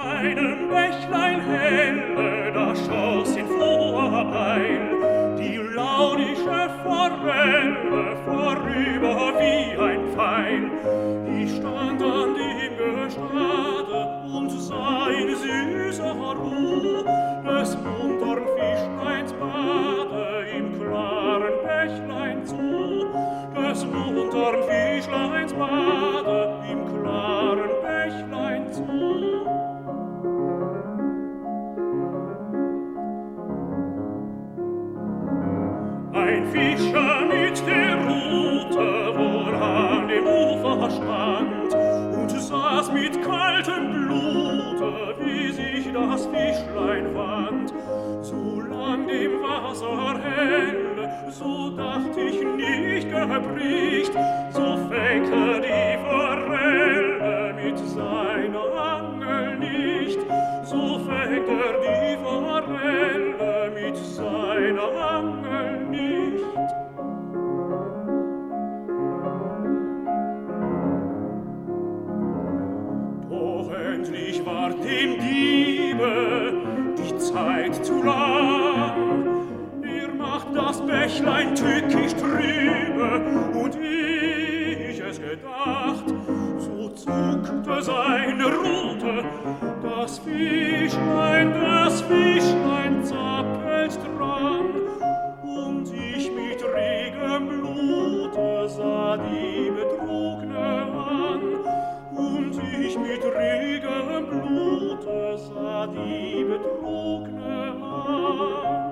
einem Bächlein helle, da schoss in froher Eil die launische Forelle vorüber wie ein Pfeil. Ich stand an dem Gestade und sah in süßer Ruh des muntern Fischleins Bade im klaren Bächlein zu, des muntern Fischleins Bade im klaren Bächlein zu. Ein Fischer mit der Rute wohl an dem Ufer stand und saß mit kaltem Blute, wie sich das Fischlein wand. Solang dem Wasser hell, so dacht ich nicht gebricht, so fängte die Forelle mit seiner Angel nicht, so fängte die Forelle mit seiner Angel nicht. Doch endlich war dem Diebe die Zeit zu lang. Macht das Bächlein tückisch trübe, und ich es gedacht, so zuckte seine Rute, das Fischlein zappelt dran, und ich mit regem Blute sah die Betrugne an, und ich mit regem Blute sah die Betrugne an.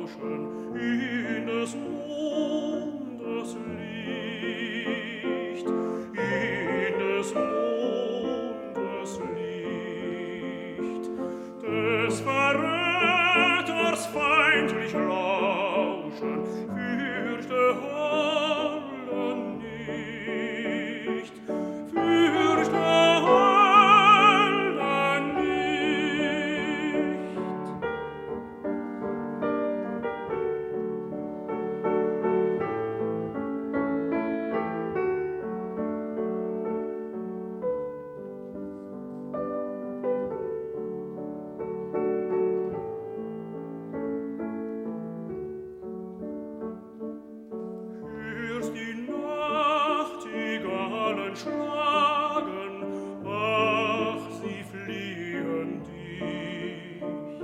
lauschen in des Mondes Licht, in des Mondes Licht, des Verräters feindlich Rauschen, fürchte Hölle nicht, fürchte Hölle nicht. Hörst die Nachtigallen schlagen, ach, sie fliehen dich.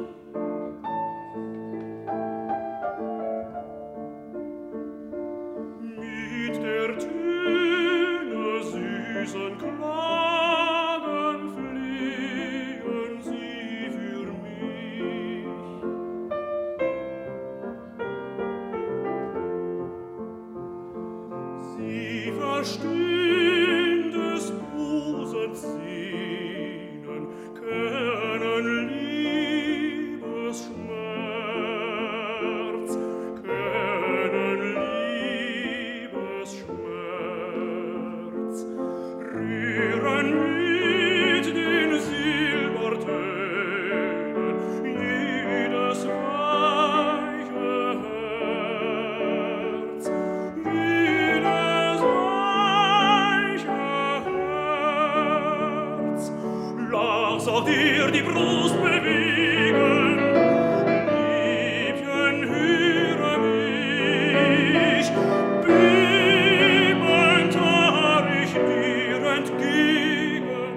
Mit der Töne süßen Klagen fliehen sie für mich. Sie verstehen des Busens Sehnen, kennen Liebesschmerz, kennen Liebesschmerz, rühren mit den Silbertönen jedes weiche Herz, jedes weiche Herz. Lass auch dir die Brust bewegen, Liebchen, höre mich, bebend harr ich dir entgegen.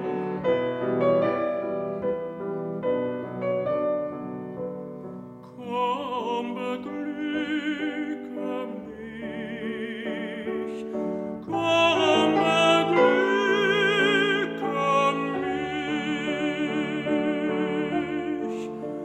Komm, beglücke mich, komm, beglücke mich,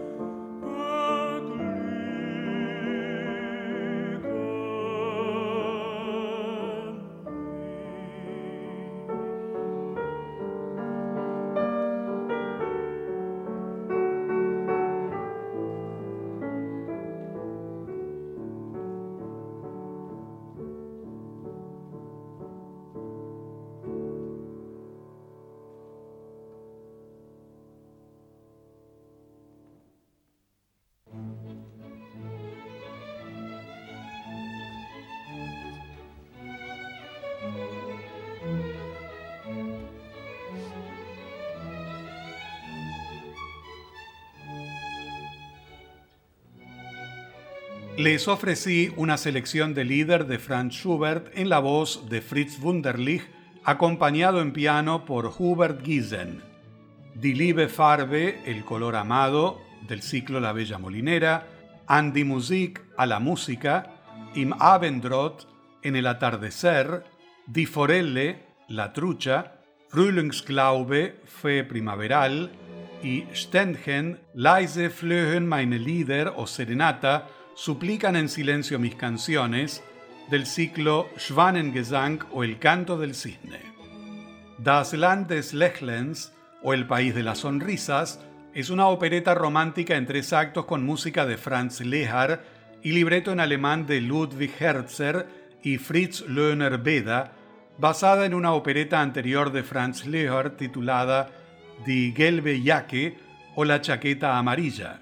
Les ofrecí una selección de Lieder de Franz Schubert en la voz de Fritz Wunderlich, acompañado en piano por Hubert Giesen. Die liebe Farbe, el color amado, del ciclo La Bella Molinera, An die Musik, a la música, Im Abendrot, en el atardecer, Die Forelle, la trucha, Frühlingsglaube, fe primaveral, y Ständchen, leise flöhen meine Lieder o serenata, suplican en silencio mis canciones, del ciclo Schwanengesang o el canto del cisne. Das Land des Lächelns o el país de las sonrisas es una opereta romántica en 3 actos con música de Franz Lehár y libreto en alemán de Ludwig Herzer y Fritz Löhner Beda, basada en una opereta anterior de Franz Lehár titulada Die gelbe Jacke o la chaqueta amarilla.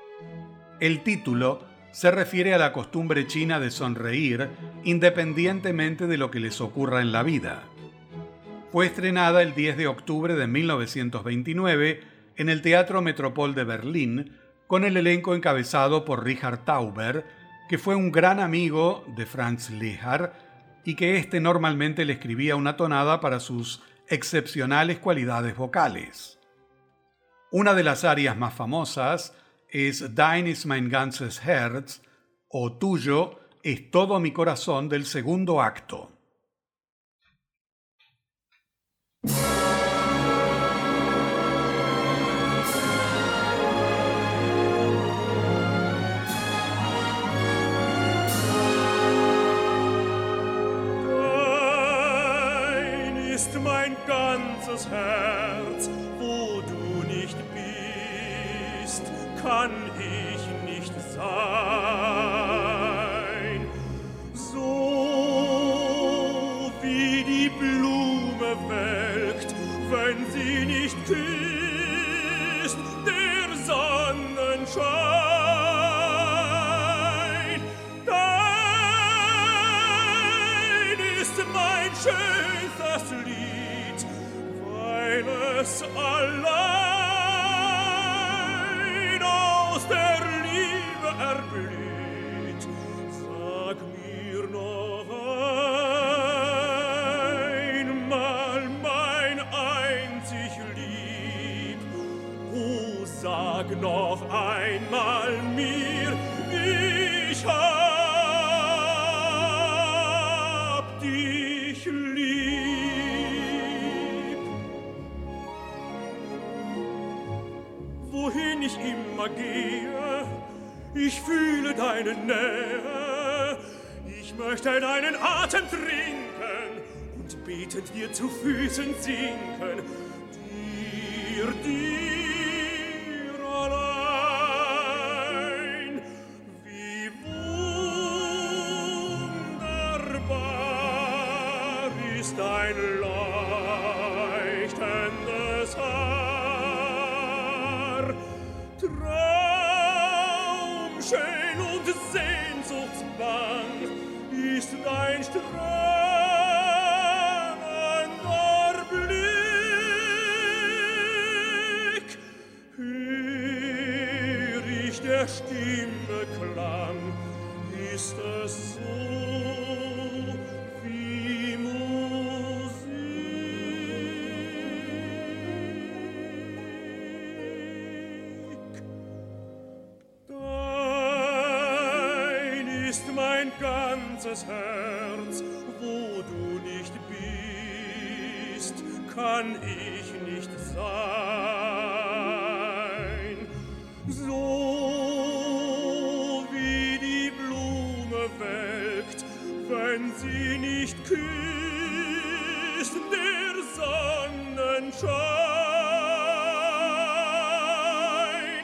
El título se refiere a la costumbre china de sonreír independientemente de lo que les ocurra en la vida. Fue estrenada el 10 de octubre de 1929 en el Teatro Metropol de Berlín con el elenco encabezado por Richard Tauber, que fue un gran amigo de Franz Lehár y que éste normalmente le escribía una tonada para sus excepcionales cualidades vocales. Una de las arias más famosas es Dein ist mein ganzes Herz, o Tuyo es todo mi corazón, del segundo acto. mein ganzes Herz, wo du nicht bist, kann ich nicht sein. So wie die Blume welkt, wenn sie nicht küsst, der Sonnenschein. Dein ist mein schönstes Lied, weil es allein aus der Liebe erblüht. Sag mir noch einmal, mein einzig Lieb, oh, sag noch einmal mir, ich hab dich lieb. Wohin ich immer gehe, ich fühle deine Nähe. Ich möchte deinen Atem trinken und betend dir zu Füßen sinken. Dir allein. Wie wunderbar ist dein leuchtendes Haar. Traumschön und sehnsuchtsbang ist dein strahlender Blick. Hör ich der Stimme Klang, ist es so wie Musik. Dein ist mein ganzes Herz, wo du nicht bist, kann ich nicht sein. So wie die Blume welkt, wenn sie nicht küsst, der Sonnenschein.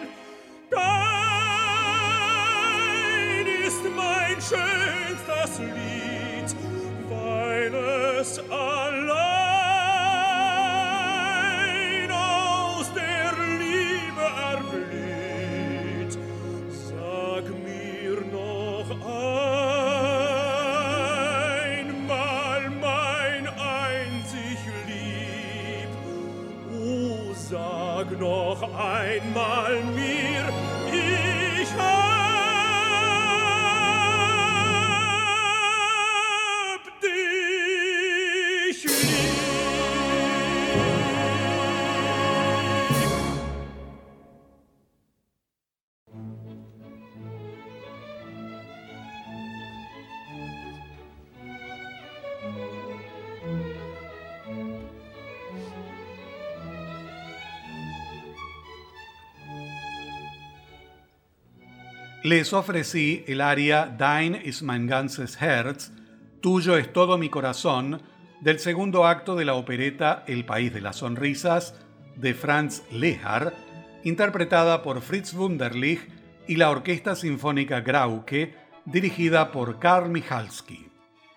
Dein ist mein schönstes Lied, weil es allein aus der Liebe erblüht. Sag mir noch einmal, mein einzig Lieb, oh, sag noch einmal mir, ich hab dich lieb. Les ofrecí el aria Dein ist mein ganzes Herz, tuyo es todo mi corazón, del segundo acto de la opereta El país de las sonrisas, de Franz Lehár, interpretada por Fritz Wunderlich y la Orquesta Sinfónica Grauke, dirigida por Karl Michalski.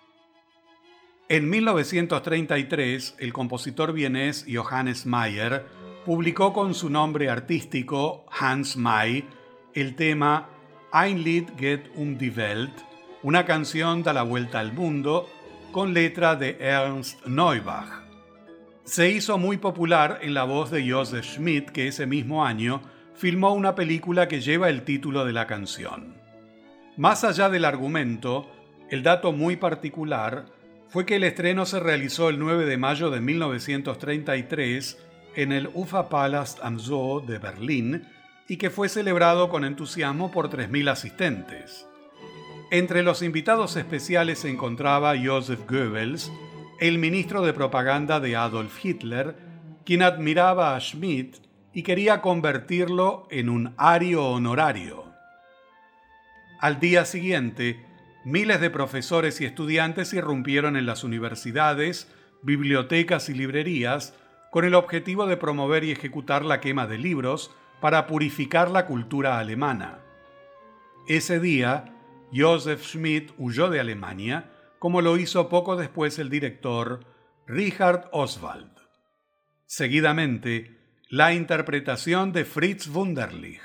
En 1933, el compositor vienés Johannes Mayer publicó con su nombre artístico Hans May el tema Ein Lied geht die Welt, una canción da la vuelta al mundo, con letra de Ernst Neubach. Se hizo muy popular en la voz de Joseph Schmidt, que ese mismo año filmó una película que lleva el título de la canción. Más allá del argumento, el dato muy particular fue que el estreno se realizó el 9 de mayo de 1933 en el Uferpalast am Zoo de Berlín y que fue celebrado con entusiasmo por 3.000 asistentes. Entre los invitados especiales se encontraba Joseph Goebbels, el ministro de propaganda de Adolf Hitler, quien admiraba a Schmidt y quería convertirlo en un ario honorario. Al día siguiente, miles de profesores y estudiantes irrumpieron en las universidades bibliotecas y librerías con el objetivo de promover y ejecutar la quema de libros para purificar la cultura alemana. Ese día, Joseph Schmidt huyó de Alemania, como lo hizo poco después el director Richard Oswald. Seguidamente, la interpretación de Fritz Wunderlich.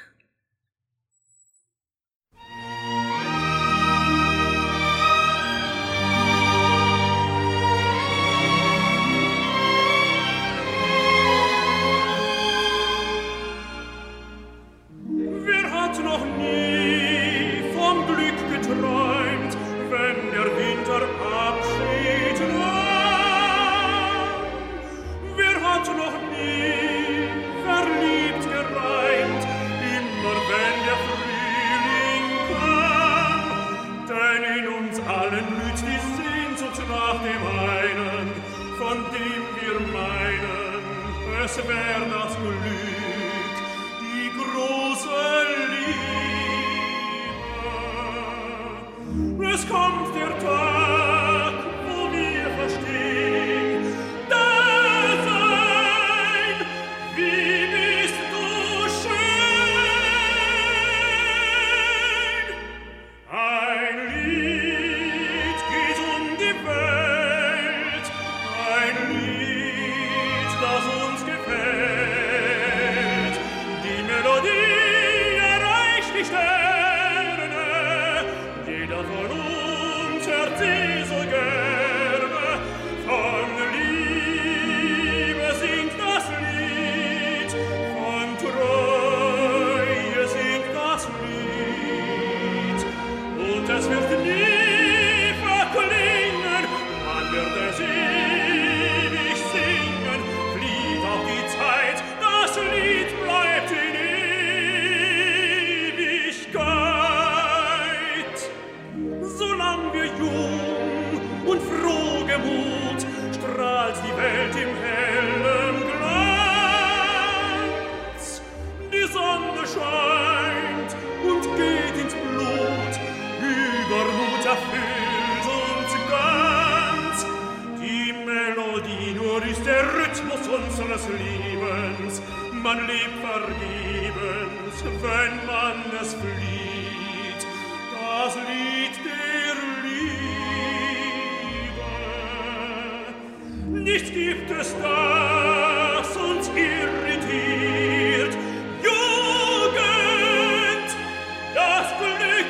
Wer hat noch nie vom Glück geträumt, wenn der Winter Abschied nahm? Wer hat noch nie verliebt gereimt, immer wenn der Frühling kam? Denn in uns allen blüht die Sehnsucht nach dem einen, von dem wir meinen, es wär das Glück, die große Liebe. Es kommt der Tag, wo wir verstehen, Dasein, wie bist du schön. Ein Lied geht um die Welt, ein Lied, das uns gefällt. Die Melodie erreicht die Sterne, jeder von uns hört sie so gerne. Von Liebe singt das Lied, von Treue singt das Lied. Und es wird nie verklingen, man wird es ewig singen. Flieht auch die Zeit, das Lied bleibt in Ewigkeit. Solang wir jung und froh gemut, strahlt die Welt im hellen Glanz. Die Sonne scheint und geht ins Blut, Übermut erfüllt uns ganz. Die Melodie nur ist der Rhythmus unseres Lebens, man lebt vergebens, wenn man es flieht, das Lied der Liebe. Nichts gibt es, das uns irritiert, Jugend, das Glück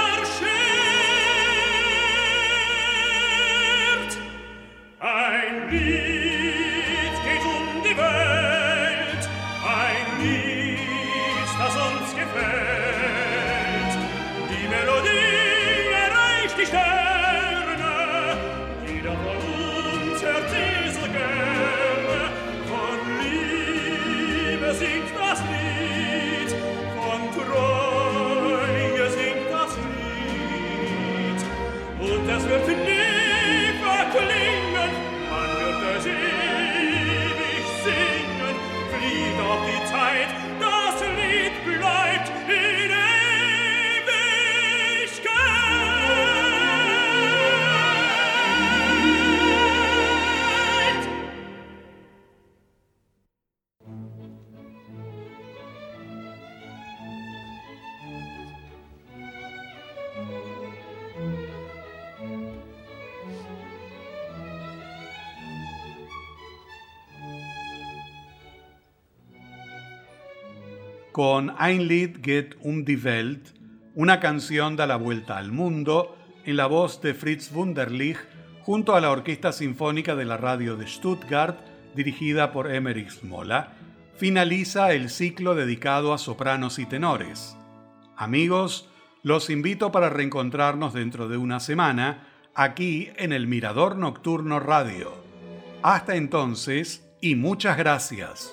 marschiert. Ein Lied geht um die Welt, ein Lied, das uns gefällt. Die Melodie erreicht die Sterne, jeder von uns hört sie so gerne. Von Liebe singt das Lied, von Treue singt das Lied. Und es wird nie verklingen, man wird es ewig singen. Flieht auch die Zeit, das Lied bleibt in Ewigkeit. Con Ein Lied geht um die Welt, una canción da la vuelta al mundo, en la voz de Fritz Wunderlich, junto a la Orquesta Sinfónica de la Radio de Stuttgart, dirigida por Emmerich Smola, finaliza el ciclo dedicado a sopranos y tenores. Amigos, los invito para reencontrarnos dentro de una semana, aquí en el Mirador Nocturno Radio. Hasta entonces, y muchas gracias.